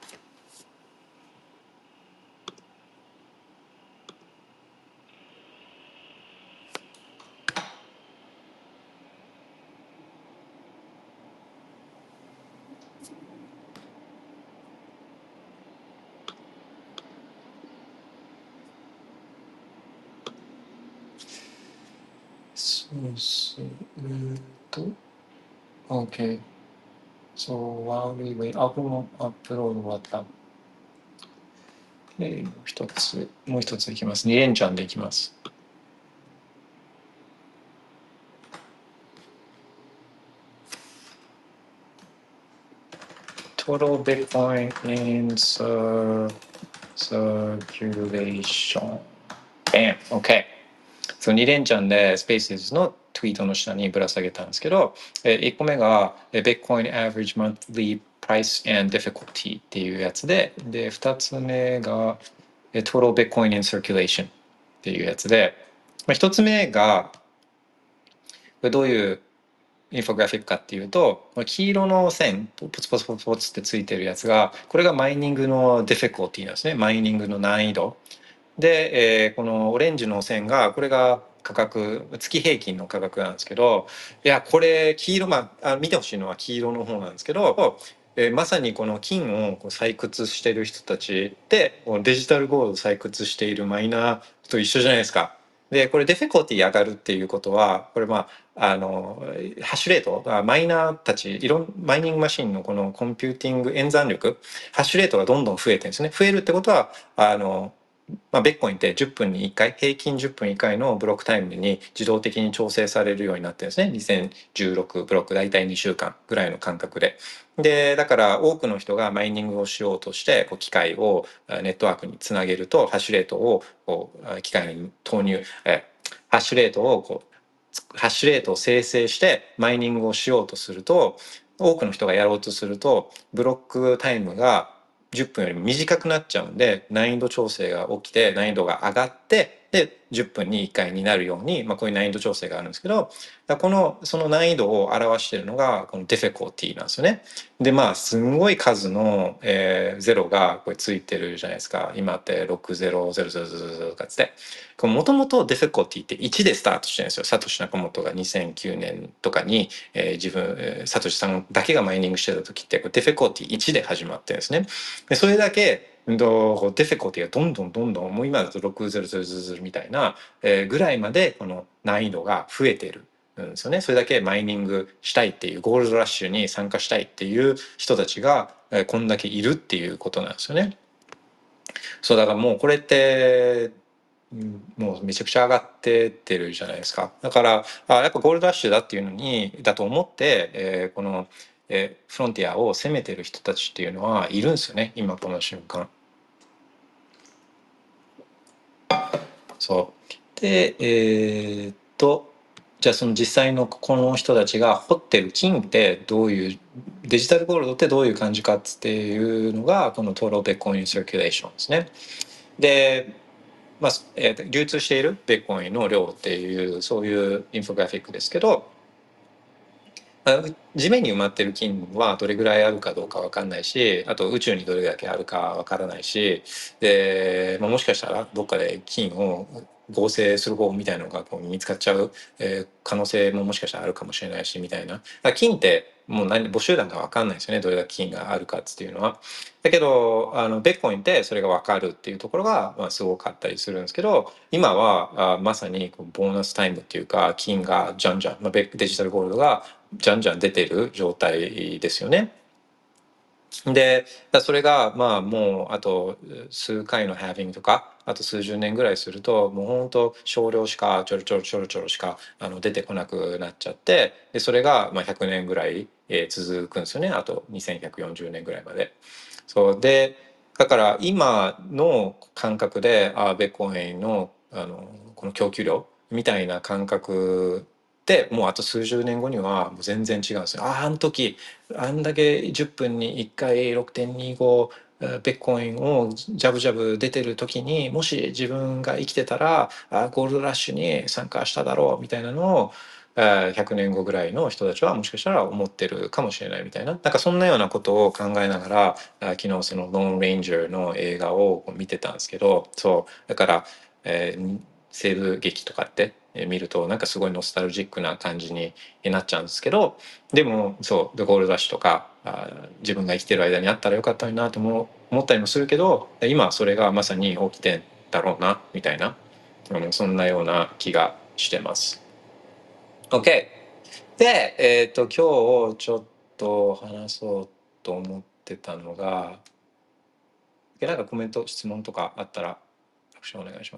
そうすると、OK。So while we wait, アップロード終わった。もう一ついきます。2連チャンでいきます。Total Bitcoin in circulation. Bam! OK。その2連チャンで Spaces のツイートの下にぶら下げたんですけど、1個目が Bitcoin Average Monthly Price and Difficulty っていうやつで、2つ目が Total Bitcoin in Circulation っていうやつで、1つ目がこれどういうインフォグラフィックかっていうと、黄色の線ポツポツポツポツってついてるやつが、これがマイニングのディフィカルティなんですね。マイニングの難易度で、このオレンジの線がこれが価格、月平均の価格なんですけど、いやこれ黄色、見てほしいのは黄色の方なんですけど、まさにこの金を採掘してる人たちってデジタルゴールド採掘しているマイナーと一緒じゃないですか。でこれディフィカルティ上がるっていうことは、これハッシュレートマイナーたちマイニングマシンのこのコンピューティング演算力、ハッシュレートがどんどん増えてるんですね。増えるってことはベッコインって10分に1回、平均10分1回のブロックタイムに自動的に調整されるようになってるんですね。2016ブロック、大体2週間ぐらいの間隔で。で、だから多くの人がマイニングをしようとして、機械をネットワークにつなげると、ハッシュレートを機械に投入、ハッシュレートをハッシュレートを生成してマイニングをしようとすると、多くの人がやろうとすると、ブロックタイムが10分よりも短くなっちゃうんで、難易度調整が起きて難易度が上がって、で10分に1回になるように、こういう難易度調整があるんですけど、その難易度を表しているのがこのディフィカルティなんですよね。ですんごい数の、ゼロがこれついてるじゃないですか。今って600000とかつって、もともとディフィカルティって1でスタートしてるんですよ。サトシ・ナカモトが2009年とかに、サトシさんだけがマイニングしてた時ってディフィカルティ1で始まってるんですね。でそれだけディフィカルティがどんどんもう今だと6000みたいな、ぐらいまでこの難易度が増えているんですよね。それだけマイニングしたいっていう、ゴールドラッシュに参加したいっていう人たちがこんだけいるっていうことなんですよね。そうだからもうこれってもうめちゃくちゃ上がってってるじゃないですか。だからやっぱゴールドラッシュだっていうのにだと思って、この、フロンティアを攻めてる人たちっていうのはいるんですよね、今この瞬間。そうでじゃあその実際のこの人たちが掘ってる金ってどういう、デジタルゴールドってどういう感じかっていうのがこのトータルビットコインサーキュレーションですね。で流通しているビットコインの量っていうそういうインフォグラフィックですけど、 地面に埋まってる金はどれぐらいあるかどうかわかんないし、あと宇宙にどれだけあるかわからないし、で、もしかしたらどっかで金を合成する方みたいなのがこう見つかっちゃう、可能性ももしかしたらあるかもしれないしみたいな。だから金ってもう母集団がわかんないですよね、どれだけ金があるかっていうのは。だけどベッコインってそれがわかるっていうところが、すごかったりするんですけど、今はまさにこうボーナスタイムっていうか、金がじゃんじゃん、デジタルゴールドがじゃんじゃん出てる状態ですよね。で、それがもうあと数回のハービングとか、あと数十年ぐらいすると、もう本当少量しかちょろちょろちょろちょろしか出てこなくなっちゃって、でそれが100年ぐらい続くんですよね。あと2140年ぐらいまで。そうで、だから今の感覚でベッコインのこの供給量みたいな感覚でもうあと数十年後にはもう全然違うんですよ。あの時あんだけ10分に1回6.25ベッコインをジャブジャブ出てる時に、もし自分が生きてたらゴールドラッシュに参加しただろうみたいなのを100年後ぐらいの人たちはもしかしたら思ってるかもしれないみたいな、なんかそんなようなことを考えながら昨日そのローンレンジャーの映画を見てたんですけど、そうだから、西部劇とかって見るとなんかすごいノスタルジックな感じになっちゃうんですけど、でもそうゴールドラッシュとか自分が生きてる間にあったらよかったなとも思ったりもするけど、今それがまさに起きてんだろうなみたいな、そんなような気がしてます。OK。で、今日ちょっと話そうと思ってたのが、なんかコメント質問とかあったらアクションお願いします。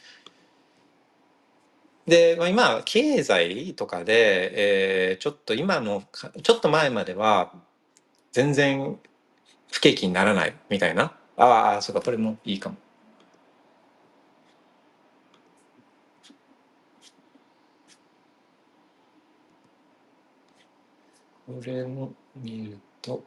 で、今経済とかで、ちょっとちょっと前までは全然不景気にならないみたいな、そうか、これもいいかも。これも見ると、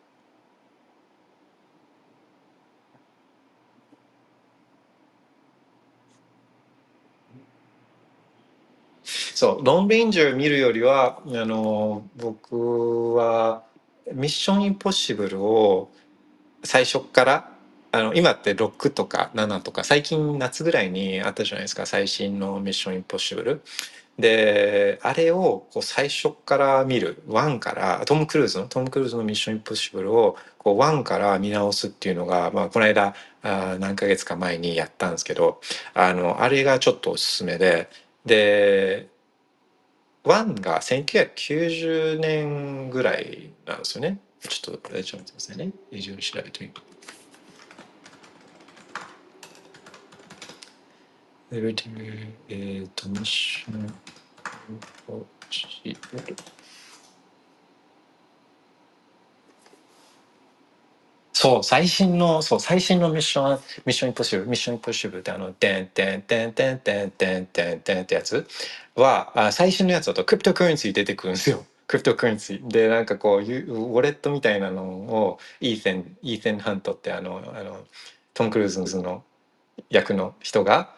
そうロン・レンジャー見るよりは僕はミッション・インポッシブルを最初から今って6とか7とか最近夏ぐらいにあったじゃないですか、最新のミッション・インポッシブルで、あれをこう最初から見る、1からトム・クルーズのミッション・インポッシブルをこう1から見直すっていうのが、この間何ヶ月か前にやったんですけど、あれがちょっとおすすめで1が1990年ぐらいなんですよね。ちょっと待ってくださいね。一応調べてみます。ミッション・インポッシブル。最新のミッションインポッシブル、ミッションインポッシブルっててんてんてんてんてんてんてんてんってやつは、最新のやつだとクリプトカレンシー出てくるんですよ。クリプトカレンシー。で、なんかこう、ウォレットみたいなのを、イーセン・ハントってトム・クルーズの役の人が、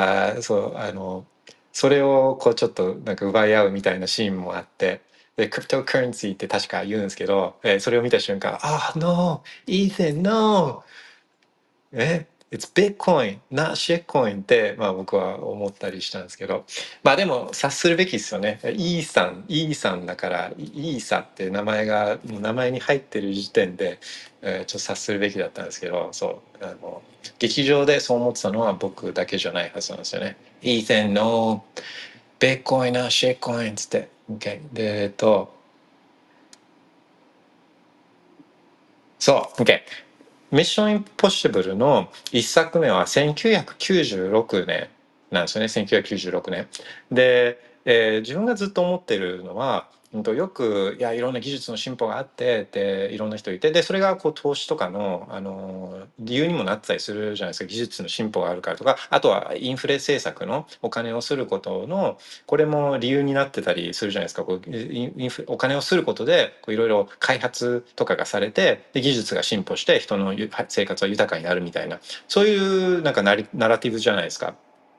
それをこうちょっとなんか奪い合うみたいなシーンもあって、で、クリプトカレンシーって確か言うんですけど、それを見た瞬間、no, Ethan, no! It's Bitcoin, not shitcoin って、僕は思ったりしたんですけど、でも察するべきですよね。イーさんだから、イーサってもう名前に入ってる時点で、ちょっと察するべきだったんですけど、劇場でそう思ってたのは僕だけじゃないはずなんですよね。Ethan, no, Bitcoin, not shitcoin つって。OK。で、OK。ミッションインポッシブルの一作目は1996年なんですよね。1996年。で、自分がずっと思ってるのは、よくいろんな技術の進歩があってでいろんな人いて、でそれがこう投資とかの、理由にもなってたりするじゃないですか。技術の進歩があるからとか、あとはインフレ政策のお金をすることのこれも理由になってたりするじゃないですか。お金をすることでいろいろ開発とかがされて、で技術が進歩して人の生活は豊かになるみたいな、そういうなんかナラティブじゃないですか。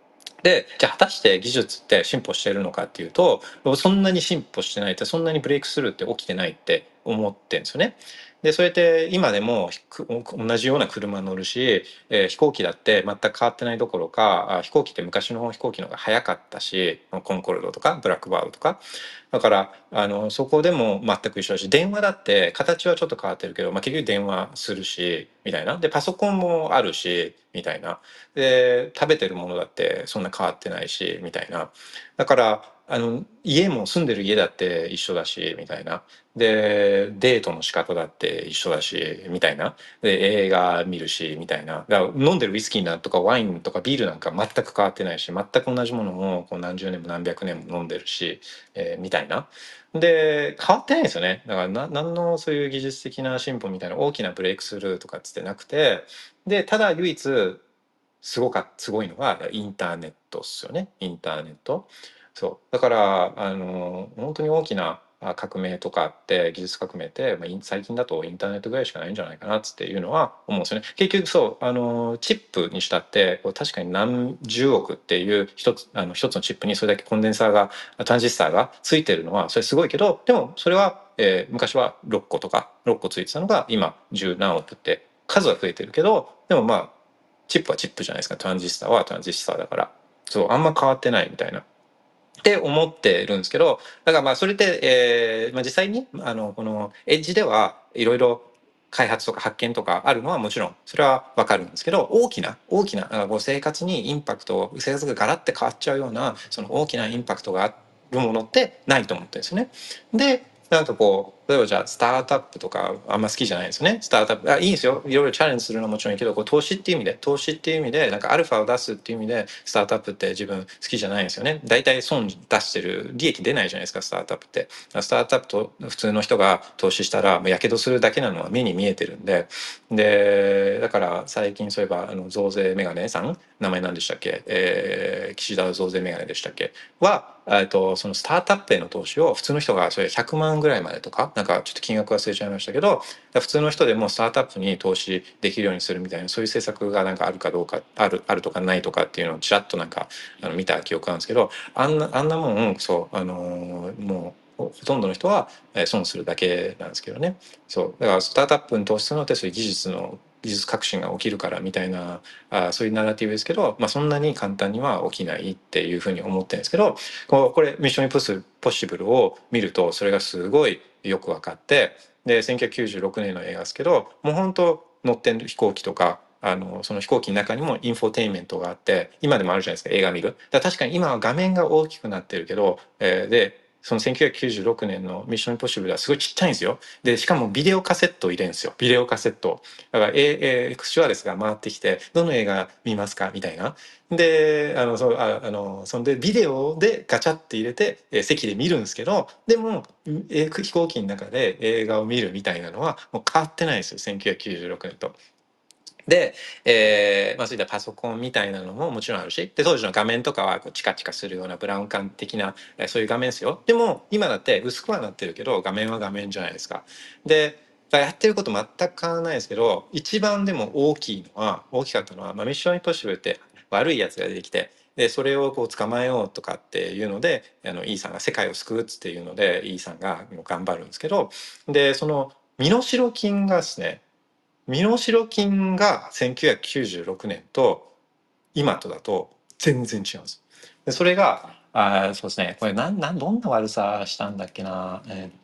で、じゃあ果たして技術って進歩してるのかっていうと、そんなに進歩してないって、そんなにブレイクスルーって起きてないって思ってるんですよね。で、それで今でも同じような車乗るし、飛行機だって全く変わってないどころか、飛行機って昔の飛行機の方が早かったし、コンコルドとかブラックバードとか。だからそこでも全く一緒だし、電話だって形はちょっと変わってるけど、結局電話するしみたいな。でパソコンもあるしみたいな。で食べてるものだってそんな変わってないしみたいな。だから家も住んでる家だって一緒だしみたいな。でデートの仕方だって一緒だしみたいな。で映画見るしみたいな。だから飲んでるウイスキーなんとかワインとかビールなんか全く変わってないし、全く同じものをこう何十年も何百年も飲んでるし、みたいな。で変わってないんですよね。だから何のそういう技術的な進歩みたいな大きなブレイクスルーとかっつってなくて、でただ唯一すごいのがインターネットっすよね。インターネット。そうだから本当に大きな革命とかって技術革命って、最近だとインターネットぐらいしかないんじゃないかなっつっていうのは思うんですよね。結局そうチップにしたってこう確かに何十億っていう一つのチップにそれだけコンデンサーがトランジスタがついてるのはそれすごいけど、でもそれは、昔は6個とか6個ついてたのが今十何億って数は増えてるけど、でもチップはチップじゃないですか。トランジスタはトランジスタだから。そう、あんま変わってないみたいな。って思ってるんですけど、だからそれで、実際にこのエッジではいろいろ開発とか発見とかあるのはもちろんそれはわかるんですけど、大きなこう生活にインパクト、生活がガラッて変わっちゃうようなその大きなインパクトがあるものってないと思ってるんですよね。でなんかこう例えばじゃあスタートアップとかあんま好きじゃないですよね。スタートアップいいんですよ。いろいろチャレンジするのはもちろんいいけど、こう投資っていう意味でなんかアルファを出すっていう意味でスタートアップって自分好きじゃないんですよね。大体損出してる、利益出ないじゃないですかスタートアップって。スタートアップと普通の人が投資したらやけどするだけなのは目に見えてるんで、だから最近そういえば増税メガネさん、名前何でしたっけ、岸田増税メガネでしたっけはそのスタートアップへの投資を普通の人がそれ100万ぐらいまでとかなんかちょっと金額忘れちゃいましたけど、普通の人でもスタートアップに投資できるようにするみたいな、そういう政策がなんかあるかどうか、あるとかないとかっていうのをちらっとなんか見た記憶なんですけど、あんなもんそうもうほとんどの人は損するだけなんですけどね。そうだからスタートアップに投資するのってそういう技術革新が起きるからみたいなそういうナラティブですけど、そんなに簡単には起きないっていうふうに思ってるんですけど、これミッションインポッシブルを見るとそれがすごいよく分かって、で1996年の映画ですけど、もう本当乗ってる飛行機とかその飛行機の中にもインフォテインメントがあって、今でもあるじゃないですか映画見る。だから確かに今は画面が大きくなってるけど、でその1996年のミッションインポッシブルはすごいちっちゃいんですよ。でしかもビデオカセットを入れるんですよ。ビデオカセットだから、シュワレスが回ってきてどの映画見ますかみたいな。でそんでビデオでガチャって入れて、席で見るんですけど、でも、飛行機の中で映画を見るみたいなのはもう変わってないんですよ1996年と。で、そういったパソコンみたいなのももちろんあるし、で当時の画面とかはこうチカチカするようなブラウン管的な、そういう画面ですよ。でも今だって薄くはなってるけど画面は画面じゃないですか。でやってること全く変わらないですけど、一番でも大きかったのは、ミッションインポッシブルって悪いやつが出てきて、でそれをこう捕まえようとかっていうのでイーサンが世界を救うっていうのでイーサンが頑張るんですけど、でその身代金がですね、身代金が1996年と今とだと全然違うんです。でそれがそうですね、これどんな悪さしたんだっけな。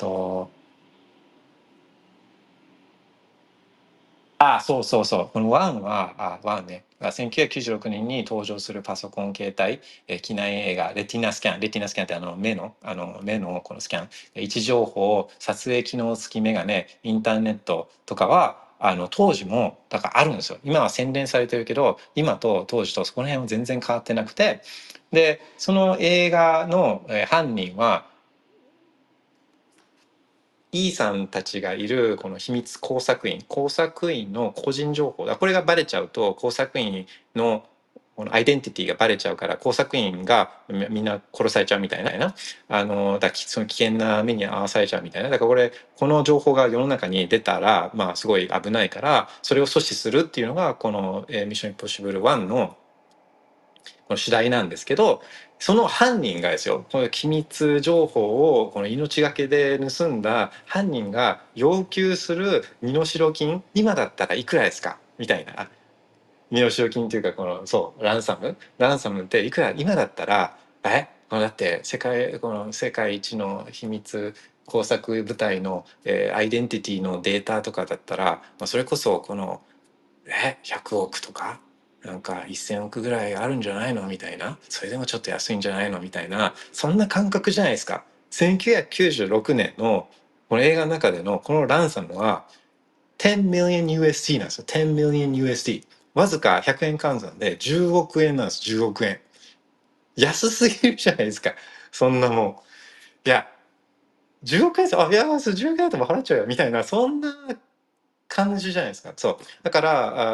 そうそうそう。このワンは、ワンね。1996年に登場するパソコン携帯、機内映画、レティナスキャンって目のこのスキャン、位置情報、撮影機能付きメガネ、インターネットとかは、当時も、だからあるんですよ。今は洗練されてるけど、今と当時とそこら辺は全然変わってなくて、で、その映画の犯人は、E さんたちがいるこの秘密工作員の個人情報だ、これがバレちゃうと工作員のこのアイデンティティがバレちゃうから工作員がみんな殺されちゃうみたいな、その危険な目に遭わされちゃうみたいな。だからこの情報が世の中に出たらすごい危ないから、それを阻止するっていうのがこの、ミッションインポッシブル1のこの次第なんですけど、その犯人がですよ、この機密情報をこの命がけで盗んだ犯人が要求する身代金、今だったらいくらですかみたいな。身代金というか、このそうランサムっていくら今だったら、このだってこの世界一の秘密工作部隊の、アイデンティティのデータとかだったら、それこそこの100億とかなんか1000億ぐらいあるんじゃないのみたいな、それでもちょっと安いんじゃないのみたいな、そんな感覚じゃないですか。1996年のこの映画の中でのこのランサムは10 million USD なんですよ。10 million USD。わずか100円換算で10億円なんです。10億円。安すぎるじゃないですか。そんなもん。いや、10億円ですよ。いや、10億円だとも払っちゃうよ。みたいな、そんな感じじゃないですか。そう。だから、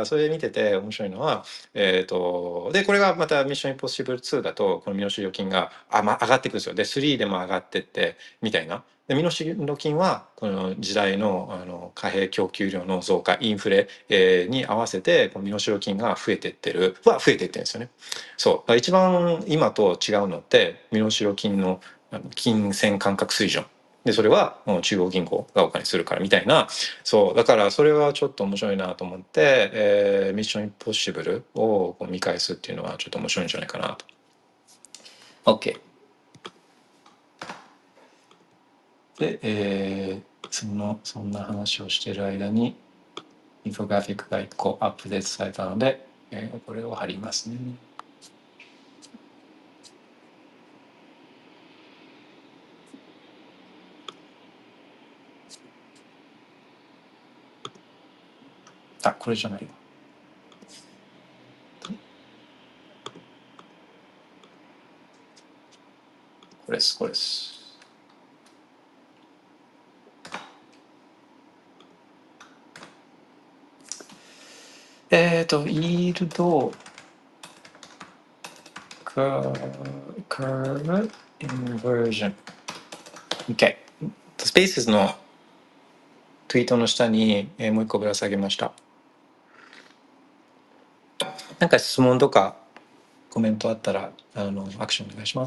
それ見てて面白いのは、で、これがまたミッションインポッシブル2だと、この身代金が、上がっていくんですよ。で、3でも上がってって、みたいな。で、身代金は、この時代の、貨幣供給量の増加、インフレ、に合わせて、この身代金が増えてってるんですよね。そう。だから一番今と違うのって、身代金の金銭感覚水準。で、それはもう中央銀行がお金するからみたいな。そう。だからそれはちょっと面白いなと思って、ミッションインポッシブルをこう見返すっていうのはちょっと面白いんじゃないかなと。OK。で、そんな話をしている間に、インフォグラフィックが1個アップデートされたので、これを貼りますね。これじゃないわ。これです、これです。イールドcurve inversion。OK。スペースのツイートの下に、もう一個ぶら下げました。なんか質問とかコメントあったらアクションお願いします。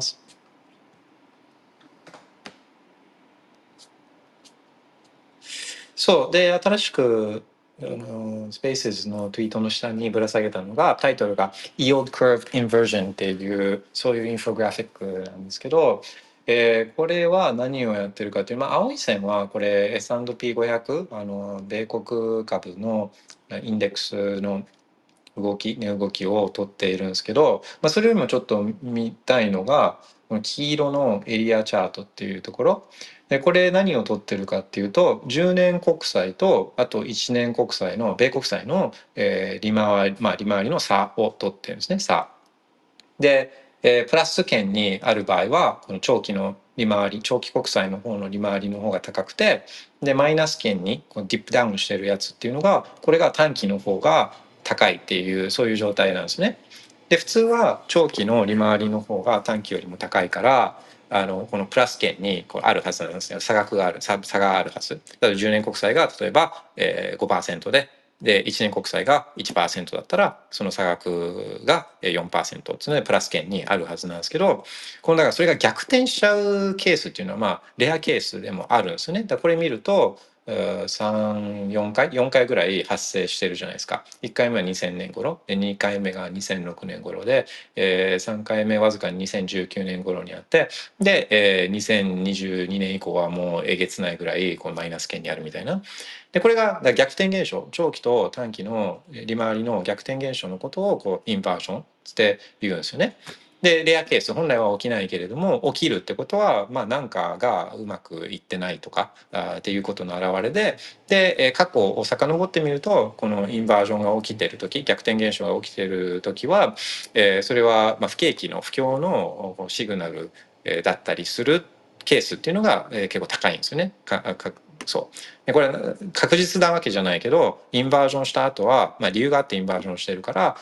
そうで、新しくスペースのツイートの下にぶら下げたのが、タイトルが Yield Curve Inversion っていうそういうインフォグラフィックなんですけど、これは何をやってるかという、青い線はこれ S&P500 米国株のインデックスの値動きをとっているんですけど、それよりもちょっと見たいのがこの黄色のエリアチャートっていうところで、これ何をとってるかっていうと、10年国債とあと1年国債の米国債の、利回り、利回りの差をとってるんですね。差で、プラス圏にある場合はこの長期の利回り、長期国債の方の利回りの方が高くて、でマイナス圏にこのディップダウンしてるやつっていうのが、これが短期の方が高いっていう、そういう状態なんですね。で普通は長期の利回りの方が短期よりも高いから、このプラス圏にこうあるはずなんですよ。差があるはず。だから10年国債が例えば、5%で1年国債が 1% だったら、その差額が 4% っていうのでプラス圏にあるはずなんですけど、このだからそれが逆転しちゃうケースっていうのはレアケースでもあるんですよね。だからこれ見ると4回ぐらい発生してるじゃないですか。1回目は2000年頃で、2回目が2006年頃で、3回目わずかに2019年頃にあって、で、2022年以降はもうえげつないぐらいこのマイナス圏にあるみたいな。でこれが逆転現象、長期と短期の利回りの逆転現象のことをこうインバージョンって言うんですよね。でレアケース、本来は起きないけれども起きるってことは、何かがうまくいってないとかっていうことの表れで、過去を遡ってみると、このインバージョンが起きている時、逆転現象が起きている時は、それは不景気の不況のシグナルだったりするケースっていうのが結構高いんですよね。そうでこれは確実なわけじゃないけど、インバージョンした後は、理由があってインバージョンしてるから、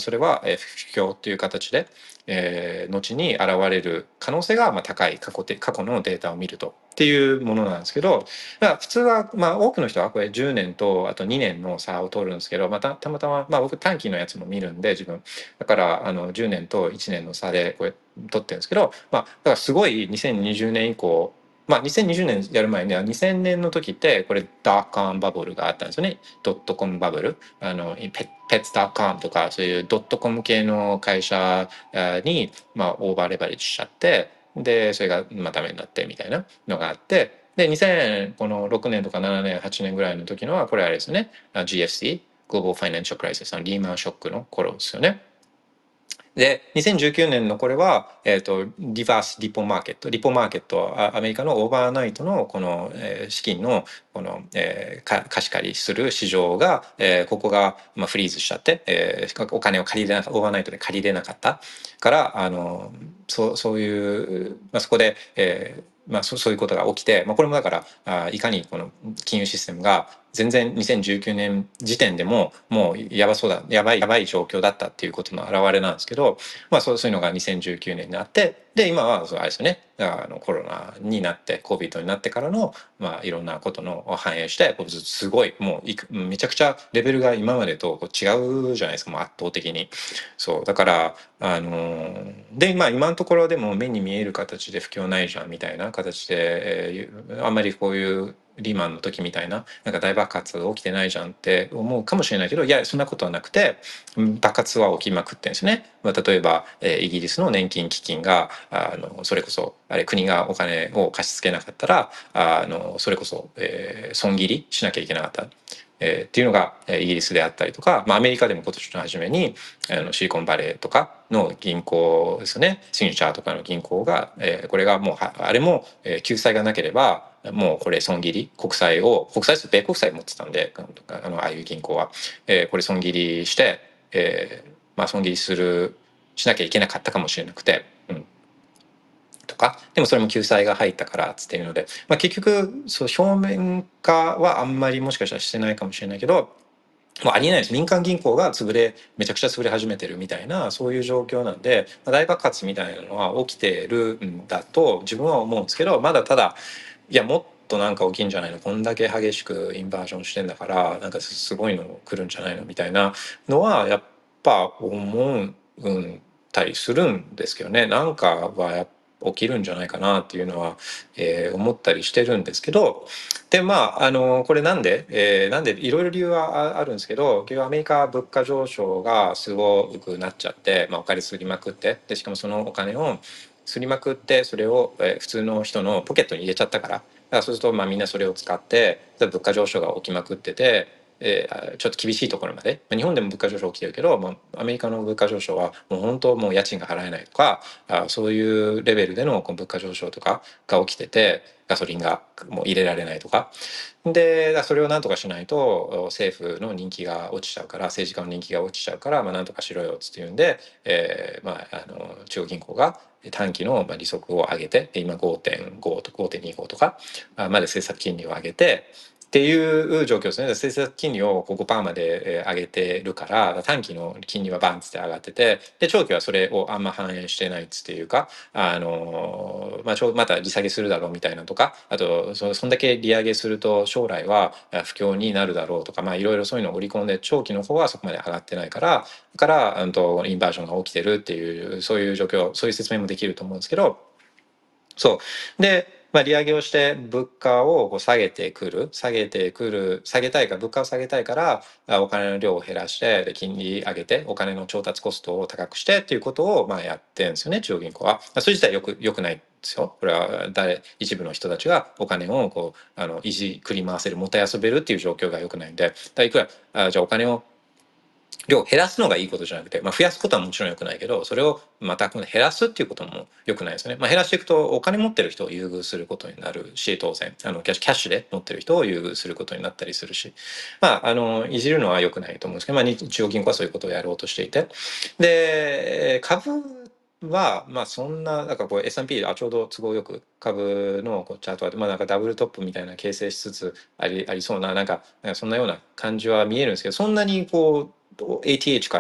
それは不況っていう形で、後に現れる可能性が高い、過去のデータを見ると。 っていうものなんですけど、だから普通は、まあ、多くの人はこれ10年とあと2年の差を取るんですけど、たまたま、まあ、僕短期のやつも見るんで自分だから10年と1年の差でこれ取ってるんですけど、まあ、だからすごい2020年以降、まあ、2020年やる前には2000年の時ってこれダーカンバブルがあったんですよね。ドットコムバブル、ペッツダーカンとかそういうドットコム系の会社に、まあ、オーバーレバレッジしちゃって、でそれがまあダメになってみたいなのがあって、で2006年とか7年8年ぐらいの時のはこれあれですよね、 GFC グローバルファイナンシャルクライシス、リーマンショックの頃ですよね。で2019年のこれは、リバースリポマーケット、リポマーケットはアメリカのオーバーナイトのこの、資金のこの、貸し借りする市場が、ここが、まあ、フリーズしちゃって、お金を借りれなかった、オーバーナイトで借りれなかったからそういう、まあ、そこで、まあ、そういうことが起きて、まあ、これもだからいかにこの金融システムが全然2019年時点でももうやばい状況だったっていうことの表れなんですけど、まあ、そういうのが2019年にあって、で今はあれですよね、コロナになって COVID になってからの、まあ、いろんなことの反映してすごいもうめちゃくちゃレベルが今までと違うじゃないですか、もう圧倒的に。そうだからで、まあ、今のところでも目に見える形で不況ないじゃんみたいな形で、あんまりこういうリーマンの時みたいななんか大爆発が起きてないじゃんって思うかもしれないけど、いやそんなことはなくて爆発は起きまくってるんですね。まあ、例えば、イギリスの年金基金がそれこそ国がお金を貸し付けなかったらそれこそ、損切りしなきゃいけなかった。っていうのがイギリスであったりとか、まあ、アメリカでも今年の初めにシリコンバレーとかの銀行ですよね、シグニチャーとかの銀行が、これがもうあれも救済がなければもうこれ損切り、国債米国債持ってたんでああいう銀行は、これ損切りして、まあ、損切りしなきゃいけなかったかもしれなくて、とか、でもそれも救済が入ったからっつっていうので、まあ、結局そう表面化はあんまりもしかしたらしてないかもしれないけど、もうありえないです。民間銀行がめちゃくちゃ潰れ始めてるみたいなそういう状況なんで、まあ、大爆発みたいなのは起きてるんだと自分は思うんですけど、まだただいやもっとなんか起きんじゃないの、こんだけ激しくインバージョンしてんだからなんかすごいの来るんじゃないのみたいなのはやっぱ思うんたりするんですけどね。なんかは起きるんじゃないかなっていうのは、思ったりしてるんですけど、でまあこれなんでいろいろ理由はあるんですけど、結局アメリカ物価上昇がすごくなっちゃって、まあ、お金すりまくって、でしかもそのお金をすりまくってそれを、普通の人のポケットに入れちゃったから、だからそうするとまあみんなそれを使って物価上昇が起きまくってて、ちょっと厳しいところまで、日本でも物価上昇起きてるけど、まあ、アメリカの物価上昇はもう本当もう家賃が払えないとか、そういうレベルでの物価上昇とかが起きてて、ガソリンがもう入れられないとかで、それをなんとかしないと政府の人気が落ちちゃうから、政治家の人気が落ちちゃうから、まあ、なんとかしろよっつって言うんで、まあ、中央銀行が短期の利息を上げて、今5.5と5.25とかまで政策金利を上げてっていう状況ですね。政策金利を5%まで上げてるから、短期の金利はバンって上がってて、で長期はそれをあんま反映してないっつっていうか、また利下げするだろうみたいなとか、あとそんだけ利上げすると将来は不況になるだろうとか、まあいろいろそういうのを織り込んで、長期の方はそこまで上がってないからインバージョンが起きてるっていうそういう状況、そういう説明もできると思うんですけど、そうで、まあ、利上げをして物価をこう下げたいから物価を下げたいからお金の量を減らしてで金利上げてお金の調達コストを高くしてっていうことをまあやってるんですよね、中央銀行は。それ自体よくないですよ。これは一部の人たちがお金をこういじくり回せる、もてあそべるっていう状況が良くないんで、いくらじゃあお金を量を減らすのがいいことじゃなくて、まあ、増やすことはもちろん良くないけど、それをまた減らすっていうことも良くないですよね。まあ、減らしていくとお金持ってる人を優遇することになるし、当然キャッシュで持ってる人を優遇することになったりするし、まあいじるのは良くないと思うんですけど、まあ、中央銀行はそういうことをやろうとしていて、で株はまあそんななんかこう S&P ちょうど都合よく株のこうチャートはまあなんかダブルトップみたいな形成しつつありそうななんかそんなような感じは見えるんですけど、そんなにこうATH から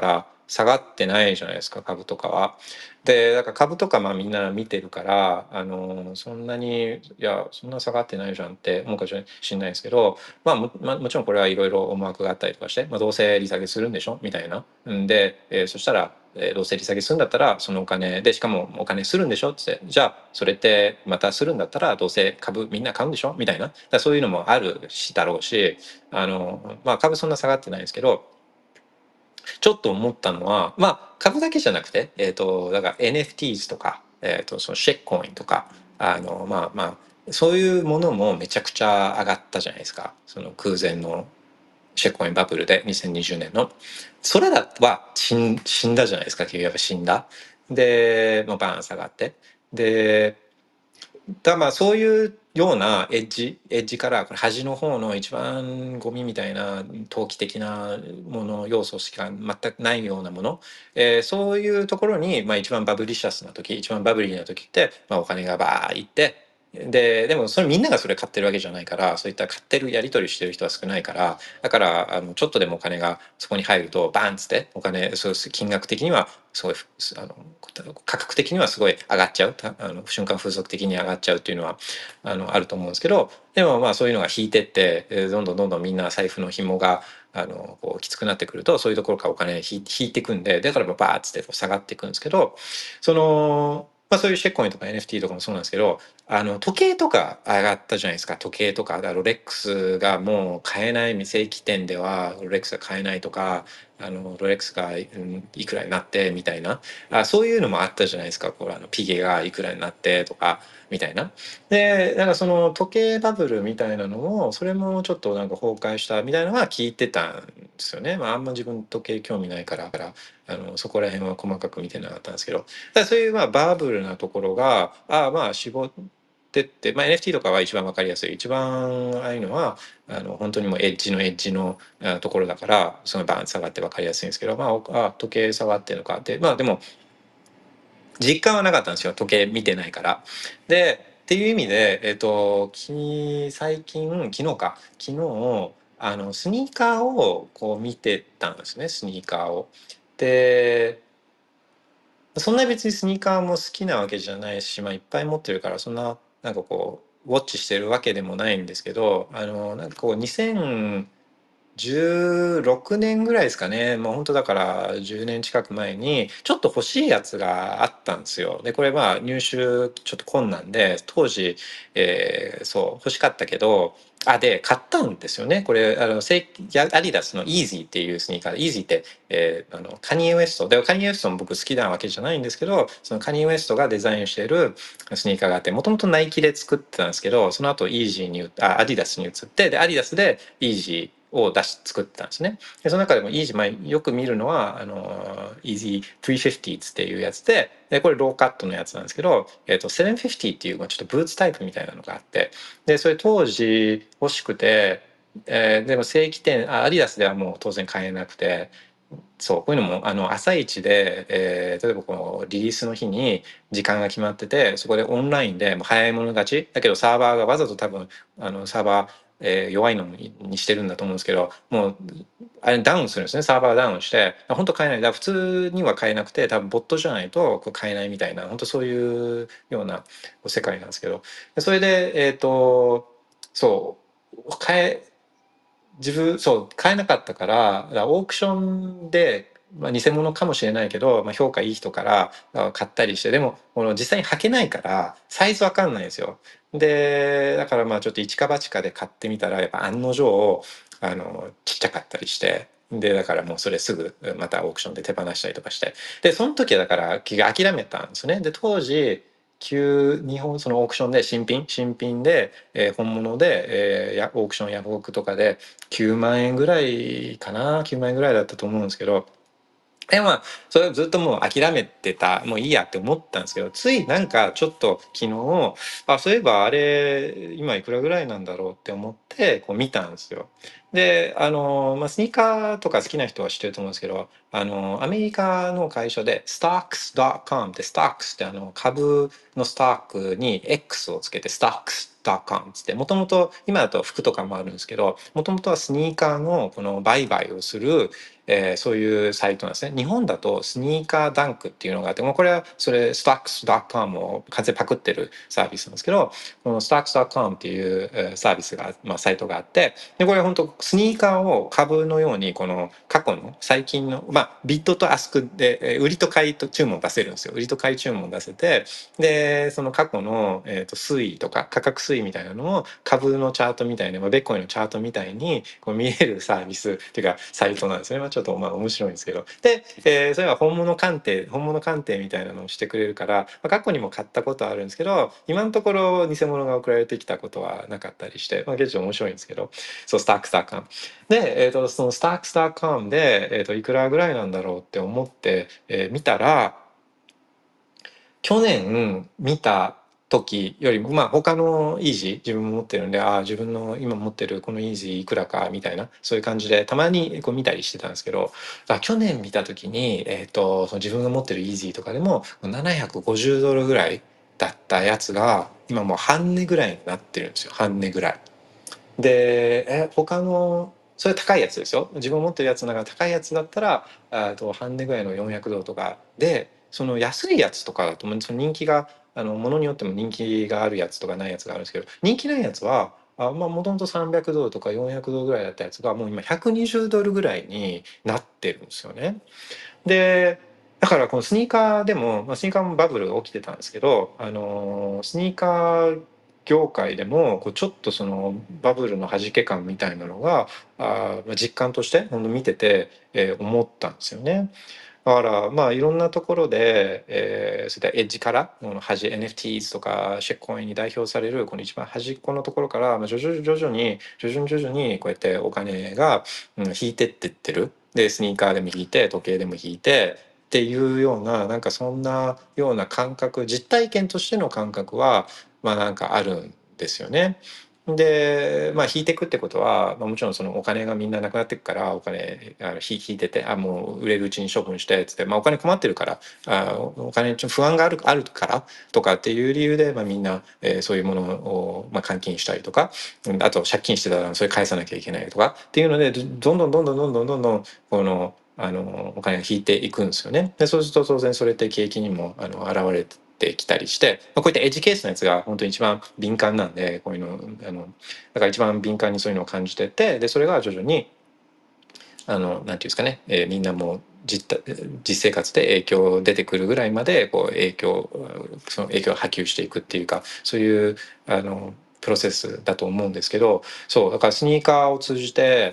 下がってないじゃないですか、株とかは。でだから株とかみんな見てるから、そんなにいやそんな下がってないじゃんって思うかもしれないですけど、もちろんこれはいろいろ思惑があったりとかして、どうせ利下げするんでしょみたいな。で、そしたら、どうせ利下げするんだったらそのお金で、しかもお金するんでしょって、じゃあそれってまたするんだったらどうせ株みんな買うんでしょみたいな。そういうのもあるしだろうし、株そんな下がってないんですけど、ちょっと思ったのは、株だけじゃなくて、だから NFTs とか、そのシェッコインとか、そういうものもめちゃくちゃ上がったじゃないですか。その空前のシェッコインバブルで2020年の。それらは死んだじゃないですか。結局やっぱ死んだ。で、もうバーン下がって。で、そういうようなエッジからこれ端の方の一番ゴミみたいな投機的なもの要素しか全くないようなもの、そういうところに、一番バブリシャスな時、一番バブリーな時って、お金がバーいって、でもそれみんながそれ買ってるわけじゃないから、そういった買ってるやり取りしてる人は少ないから、だからちょっとでもお金がそこに入るとバーンっつってお金、そう金額的にはすごい価格的にはすごい上がっちゃう、瞬間風速的に上がっちゃうっていうのはあると思うんですけど、でもそういうのが引いてって、どんどんみんな財布の紐がこうきつくなってくると、そういうところからお金引いていくんで、だからバーッつって下がっていくんですけど、そういうシェッコインとか NFT とかもそうなんですけど、時計とか上がったじゃないですか。時計とかロレックスがもう買えない、未正規店ではロレックスが買えないとか、ロレックスがいくらになってみたいな、そういうのもあったじゃないですか。こうピゲがいくらになってとかみたいな。でその時計バブルみたいなのも、それもちょっと崩壊したみたいなのは聞いてたんですよね。あんま自分時計興味ないからそこら辺は細かく見てなかったんですけど、そういうバブルなところが絞ってって、NFT とかは一番わかりやすい、一番ああいうのは本当にもうエッジのところだから、そのバーン下がってわかりやすいんですけど、時計下がってるのかって、でも実感はなかったんですよ、時計見てないから。でっていう意味で、最近昨日スニーカーをこう見てたんですね、スニーカーを。でそんな別にスニーカーも好きなわけじゃないし、いっぱい持ってるから、そんなこうウォッチしてるわけでもないんですけど、こう2016年ぐらいですかね、もう本当だから10年近く前にちょっと欲しいやつがあったんですよ。でこれ入手ちょっと困難で、当時、そう欲しかったけど、で買ったんですよね。これアディダスのイージーっていうスニーカーで、イージーって、カニエ・ウエストで、カニエ・ウエストも僕好きなわけじゃないんですけど、そのカニエ・ウエストがデザインしているスニーカーがあって、もともとナイキで作ってたんですけど、その後イージーにアディダスに移って、でアディダスでイージーを作ってたんですね。でその中でもイージー、よく見るのはイージー350っていうやつで、これローカットのやつなんですけど、750っていう、ちょっとブーツタイプみたいなのがあって、でそれ当時欲しくて、でも正規店アディダスではもう当然買えなくて、そうこういうのも朝一で、例えばこのリリースの日に時間が決まってて、そこでオンラインでもう早い者勝ちだけど、サーバーがわざと多分サーバー、弱いのにしてるんだと思うんですけど、もうあれダウンするんですね。サーバーダウンして本当買えない、だから普通には買えなくて、多分ボットじゃないと買えないみたいな、本当そういうような世界なんですけど、それでそう自分そう買えなかったから、オークションで、偽物かもしれないけど、評価いい人から買ったりして、でもこの実際に履けないからサイズわかんないんですよ。でだからちょっと一か八かで買ってみたら、やっぱ案の定ちっちゃかったりして、でだからもうそれすぐまたオークションで手放したりとかして、でその時はだから諦めたんですよね。で当時日本そのオークションで新品で、本物で、オークションヤフオクとかで9万円ぐらいかな、9万円ぐらいだったと思うんですけど、でそれをずっともう諦めてた、もういいやって思ったんですけど、ついちょっと昨日そういえばあれ今いくらぐらいなんだろうって思ってこう見たんですよ。でスニーカーとか好きな人は知ってると思うんですけど、アメリカの会社で Stocks.com って、Stocks って株のスタックに X をつけて Stocks.com stocks.com つって、もともと今だと服とかもあるんですけど、もともとはスニーカーのこの売買をする、そういうサイトなんですね。日本だとスニーカーダンクっていうのがあって、もうこれはそれ stocks.com を完全にパクってるサービスなんですけど、この stocks.com っていうサービスが、サイトがあって、でこれ本当スニーカーを株のようにこの過去の最近の、ビットとアスクで売りと買いと注文出せるんですよ。売りと買い注文出せて、でその過去の、推移とか価格推移みたいなのを株のチャートみたいな、ベッコインのチャートみたいにこう見えるサービスっていうかサイトなんですね。ちょっと面白いんですけど、で、それは本物鑑定みたいなのをしてくれるから、過去にも買ったことはあるんですけど、今のところ偽物が送られてきたことはなかったりして、結構面白いんですけど、そうスタークスターカムで、そのスタークスターカムで、いくらぐらいなんだろうって思って、見たら、去年見た時よりも他のイージー自分も持ってるんで、自分の今持ってるこのイージーいくらかみたいな、そういう感じでたまにこう見たりしてたんですけど、去年見た時に、その自分が持ってるイージーとかでも$750ぐらいだったやつが今もう半値ぐらいになってるんですよ。半値ぐらいで、他のそれ高いやつですよ。自分持ってるやつの中で高いやつだったら半値ぐらいの$400とかで、その安いやつとかだとその人気がものによっても人気があるやつとかないやつがあるんですけど、人気ないやつはもともと$300とか$400ぐらいだったやつがもう今$120ぐらいになってるんですよね。でだからこのスニーカーでも、スニーカーもバブルが起きてたんですけど、スニーカー業界でもこうちょっとそのバブルの弾け感みたいなのが実感として本当見てて、思ったんですよね。だからいろんなところで、そういったエッジからこのNFTs とかシェッコインに代表されるこの一番端っこのところから、徐々にこうやってお金が、引いてってる。でスニーカーでも引いて時計でも引いてっていうようななんかそんなような感覚、実体験としての感覚はなんかあるんですよね。で引いていくってことは、もちろんそのお金がみんななくなっていくからお金引いててもう売れるうちに処分してっつって、お金困ってるからお金に不安があるからとかっていう理由で、みんな、そういうものを、換金したりとか、あと借金してたらそれ返さなきゃいけないとかっていうのでどんどんこのお金が引いていくんですよね。でそうすると当然それって景気にも現れてきたりして、こういったエッジケースのやつが本当に一番敏感なんで、こういうのだから一番敏感にそういうのを感じてて、でそれが徐々になんていうんですかね、みんなも実生活で影響出てくるぐらいまでこうその影響を波及していくっていうか、そういうプロセスだと思うんですけど、そうだからスニーカーを通じて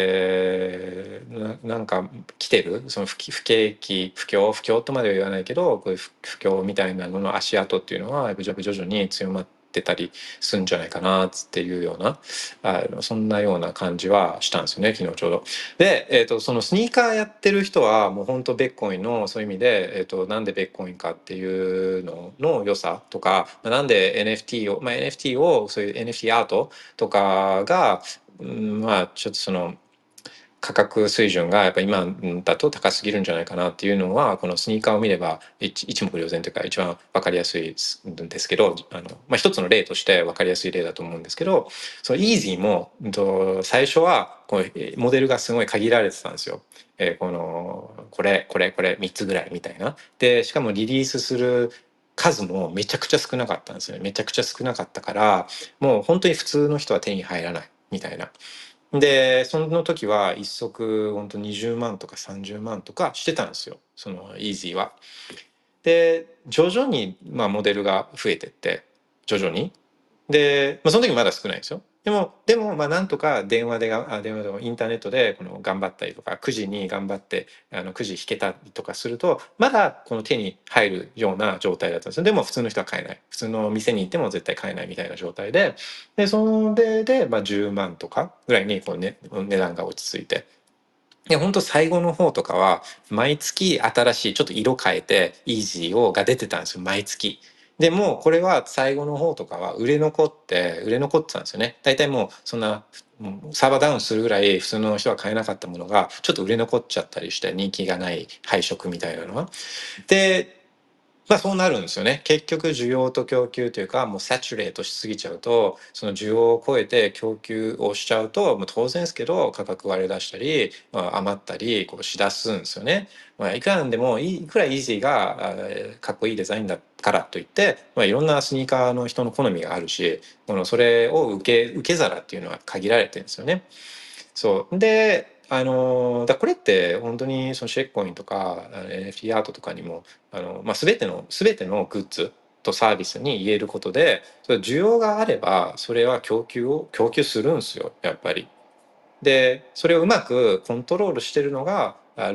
なんか来てるその不景気不況とまでは言わないけど、こういう不況みたいなのの足跡っていうのは徐々に強まってたりするんじゃないかなっていうようなそんなような感じはしたんですよね、昨日ちょうど。で、そのスニーカーやってる人はもう本当ベッコインのそういう意味で、なんでベッコインかっていうのの良さとか、なんで NFT をそういう NFT アートとかが、ちょっとその価格水準がやっぱ今だと高すぎるんじゃないかなっていうのは、このスニーカーを見れば一目瞭然というか一番分かりやすいんですけど、一つの例として分かりやすい例だと思うんですけど、そのイージーも最初はこうモデルがすごい限られてたんですよ。これ3つぐらいみたいな。でしかもリリースする数もめちゃくちゃ少なかったんですよね。めちゃくちゃ少なかったからもう本当に普通の人は手に入らないみたいな。でその時は一足本当20万とか30万とかしてたんですよ、そのイージーは。で徐々にモデルが増えてって徐々にで、その時まだ少ないですよ。でもなんとか電話でもインターネットでこの頑張ったりとか9時に頑張って9時引けたりとかするとまだこの手に入るような状態だったんですよ。でも普通の人は買えない、普通の店に行っても絶対買えないみたいな状態でそれで10万とかぐらいにこう、ね、値段が落ち着いて。で本当最後の方とかは毎月新しいちょっと色変えてイージーが出てたんですよ、毎月。でもこれは最後の方とかは売れ残ってたんですよね。大体もうそんなサーバーダウンするぐらい普通の人は買えなかったものがちょっと売れ残っちゃったりして人気がない配色みたいなのは。でまあそうなるんですよね。結局需要と供給というか、もうサチュレートしすぎちゃうと、その需要を超えて供給をしちゃうと、もう当然ですけど価格割れ出したり、まあ、余ったりこうしだすんですよね。まあ、いくらなんでもいくらイージーがかっこいいデザインだからといって、まあ、いろんなスニーカーの人の好みがあるし、それを受け皿っていうのは限られてるんですよね。そうでこれって本当にそのシェッコインとかNFT アートとかにもまあ、全てのグッズとサービスに言えることで、それ需要があればそれは供給するんですよ、やっぱり。でそれをうまくコントロールしてるのが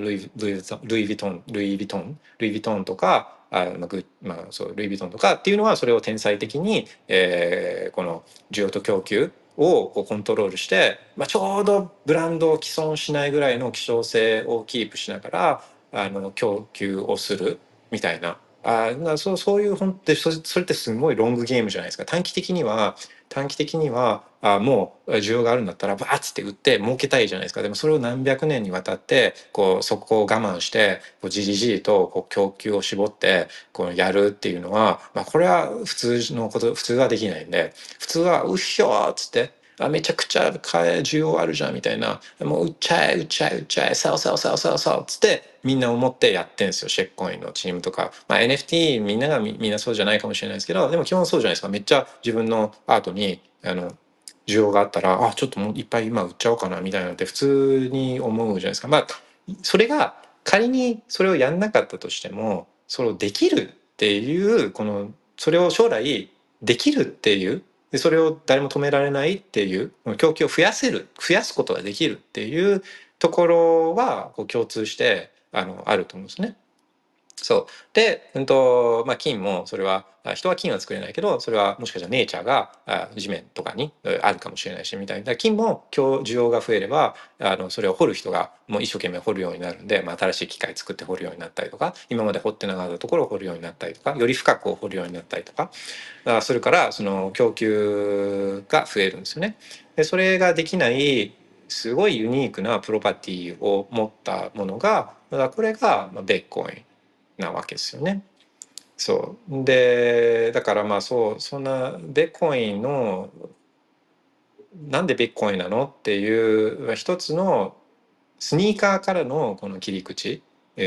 ルイ・ヴィトンとかそうルイ・ヴィトンとかっていうのは、それを天才的に、この需要と供給をこうコントロールして、まあ、ちょうどブランドを毀損しないぐらいの希少性をキープしながら供給をするみたいな。そういう本ってそれってすごいロングゲームじゃないですか。短期的にはもう需要があるんだったらバーッつって売って儲けたいじゃないですか。でもそれを何百年にわたってそこを我慢してじりじりと供給を絞ってやるっていうのは、まあ、これは普通はできないんで、普通はうっひょーっつってめちゃくちゃ需要あるじゃんみたいな、もう売っちゃえさおつってみんな思ってやってんですよ、シェッコインのチームとか。まあ、NFT みんながみんなそうじゃないかもしれないですけど、でも基本そうじゃないですか。めっちゃ自分のアートに需要があったらちょっともういっぱい今売っちゃおうかなみたいなのって普通に思うじゃないですか。まあそれが仮にそれをやんなかったとしても、それをできるっていうそれを将来できるっていうで、それを誰も止められないっていう供給を増やすことができるっていうところは共通してあると思うんですね。そうで、まあ、金もそれは人は金は作れないけど、それはもしかしたらネイチャーが地面とかにあるかもしれないしみたいな。金も今日需要が増えればそれを掘る人がもう一生懸命掘るようになるんで、まあ、新しい機械作って掘るようになったりとか、今まで掘ってなかったところを掘るようになったりとか、より深く掘るようになったりとかするから、その供給が増えるんですよね。でそれができないすごいユニークなプロパティを持ったものが、これがベッコインなわけですよね。そうでだからまあそんなベッコインのなんでベッコインなのっていう一つのスニーカーからのこの切り口、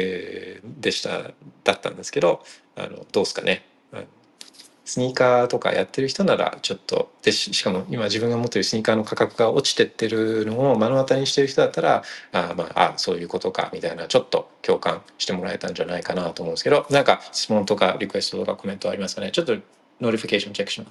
だったんですけど、どうですかね。スニーカーとかやってる人ならちょっとで、しかも今自分が持ってるスニーカーの価格が落ちてってるのを目の当たりにしてる人だったらそういうことかみたいな、ちょっと共感してもらえたんじゃないかなと思うんですけど、なんか質問とかリクエストとかコメントありますかね。ちょっとノリフィケーションチェックします。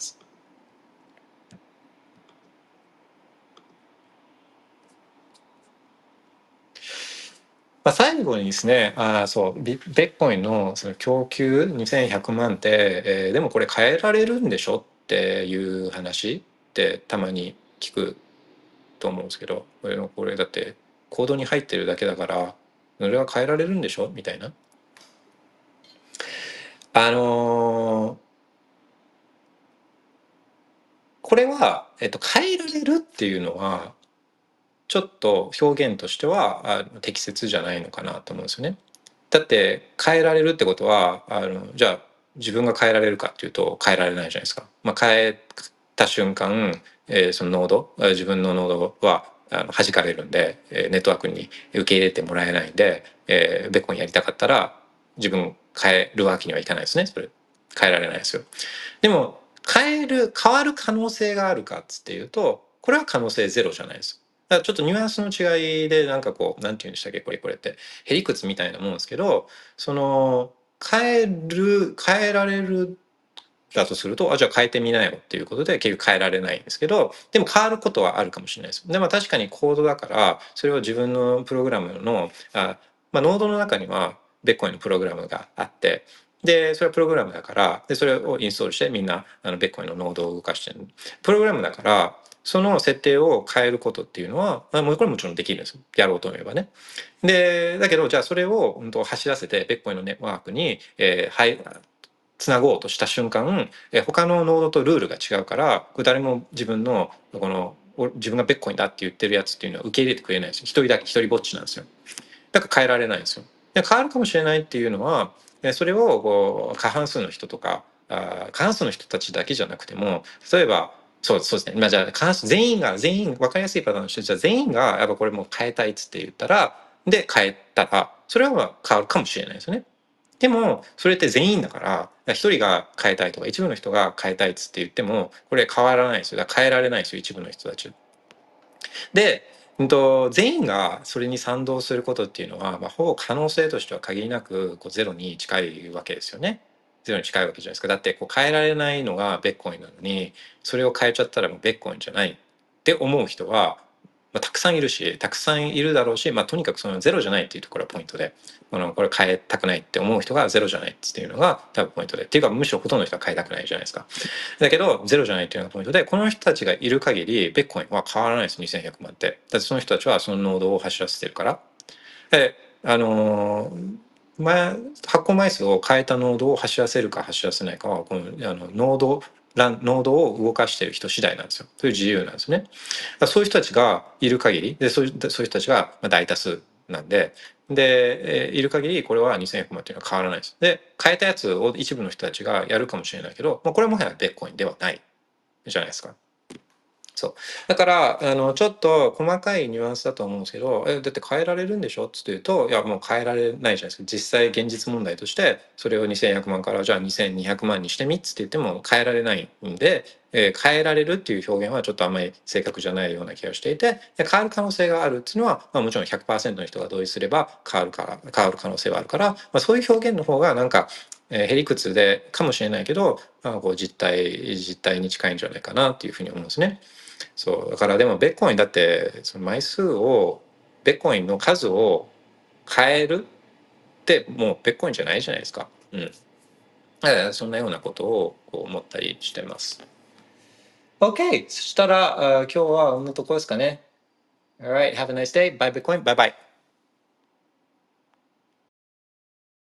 まあ、最後にですね、ベッコインのその供給2100万って、でもこれ変えられるんでしょっていう話ってたまに聞くと思うんですけど、これだってコードに入ってるだけだからそれは変えられるんでしょみたいな。これは、変えられるっていうのはちょっと表現としては適切じゃないのかなと思うんですよね。だって変えられるってことはじゃあ自分が変えられるかっていうと変えられないじゃないですか。まあ、変えた瞬間、そのノード自分のノードは弾かれるんで、ネットワークに受け入れてもらえないんで、ベッコンやりたかったら自分変えるわけにはいかないですね。それ変えられないですよ。でも変わる可能性があるかっつっていうと、これは可能性ゼロじゃないです。だからちょっとニュアンスの違いで、なんかなんて言うんでしたっけ、これってへりくつみたいなもんですけど、その変えられるだとすると、じゃあ変えてみなよっていうことで結局変えられないんですけど、でも変わることはあるかもしれないです。でも確かにコードだから、それを自分のプログラムのノードの中にはベッコイのプログラムがあって、でそれはプログラムだから、でそれをインストールしてみんなベッコイのノードを動かしてるプログラムだから、その設定を変えることっていうのはこれもちろんできるんですよ、やろうと思えばね。でだけどじゃあそれを走らせてベッコイのネットワークに、つなごうとした瞬間、他のノードとルールが違うから、これ誰も自分の自分がベッコインだって言ってるやつっていうのは受け入れてくれないんですよ。一人ぼっちなんですよ。だから変えられないんですよ。 で変わるかもしれないっていうのは、それをこう過半数の人とか過半数の人たちだけじゃなくても、例えばそうですね、じゃあ過半数全員分かりやすいパターンの人じゃ全員がやっぱこれもう変えたいっつって言ったら、で変えたらそれは変わるかもしれないですよね。でもそれって全員だから一人が変えたいとか一部の人が変えたいっつって言ってもこれ変わらないですよ。だから変えられないですよ、一部の人たちで、全員がそれに賛同することっていうのは、ほぼ可能性としては限りなくこうゼロに近いわけですよね。ゼロに近いわけじゃないですか。だってこう変えられないのがベッコインなのに、それを変えちゃったらもうベッコインじゃないって思う人は、たくさんいるし、たくさんいるだろうし、とにかくそのゼロじゃないっていうところがポイントで、これ変えたくないって思う人がゼロじゃないっていうのが多分ポイントで、っていうかむしろほとんどの人は変えたくないじゃないですか。だけどゼロじゃないっていうのがポイントで、この人たちがいる限りベッコインは変わらないです。2100万って。だってその人たちはそのノードを走らせてるから。で発行枚数を変えたノードを走らせるか走らせないかはこのノードを動かしている人次第なんですよ。そういう自由なんですね。そういう人たちがいる限りで、そういう人たちが大多数なんで、いる限りこれは2100万っていうのは変わらないです。で変えたやつを一部の人たちがやるかもしれないけど、これもはやベッコインではないじゃないですか。そうだからちょっと細かいニュアンスだと思うんですけど、だって変えられるんでしょって言うと、いやもう変えられないじゃないですか。実際現実問題としてそれを2100万からじゃあ2200万にしてみっつって言っても変えられないんで、変えられるっていう表現はちょっとあんまり正確じゃないような気がしていて、変わる可能性があるっていうのは、もちろん 100% の人が同意すれば変わる可能性はあるから、そういう表現の方がなんかへりくつでかもしれないけど、こう実態に近いんじゃないかなっていうふうに思うんですね。そうだからでもベッコインだってそのベッコインの数を変えるってもうベッコインじゃないじゃないですか。そんなようなことをこう思ったりしてます。OK、そしたら今日はこんなところですかね。Alright, have a nice day. Bye Bitcoin. Bye bye.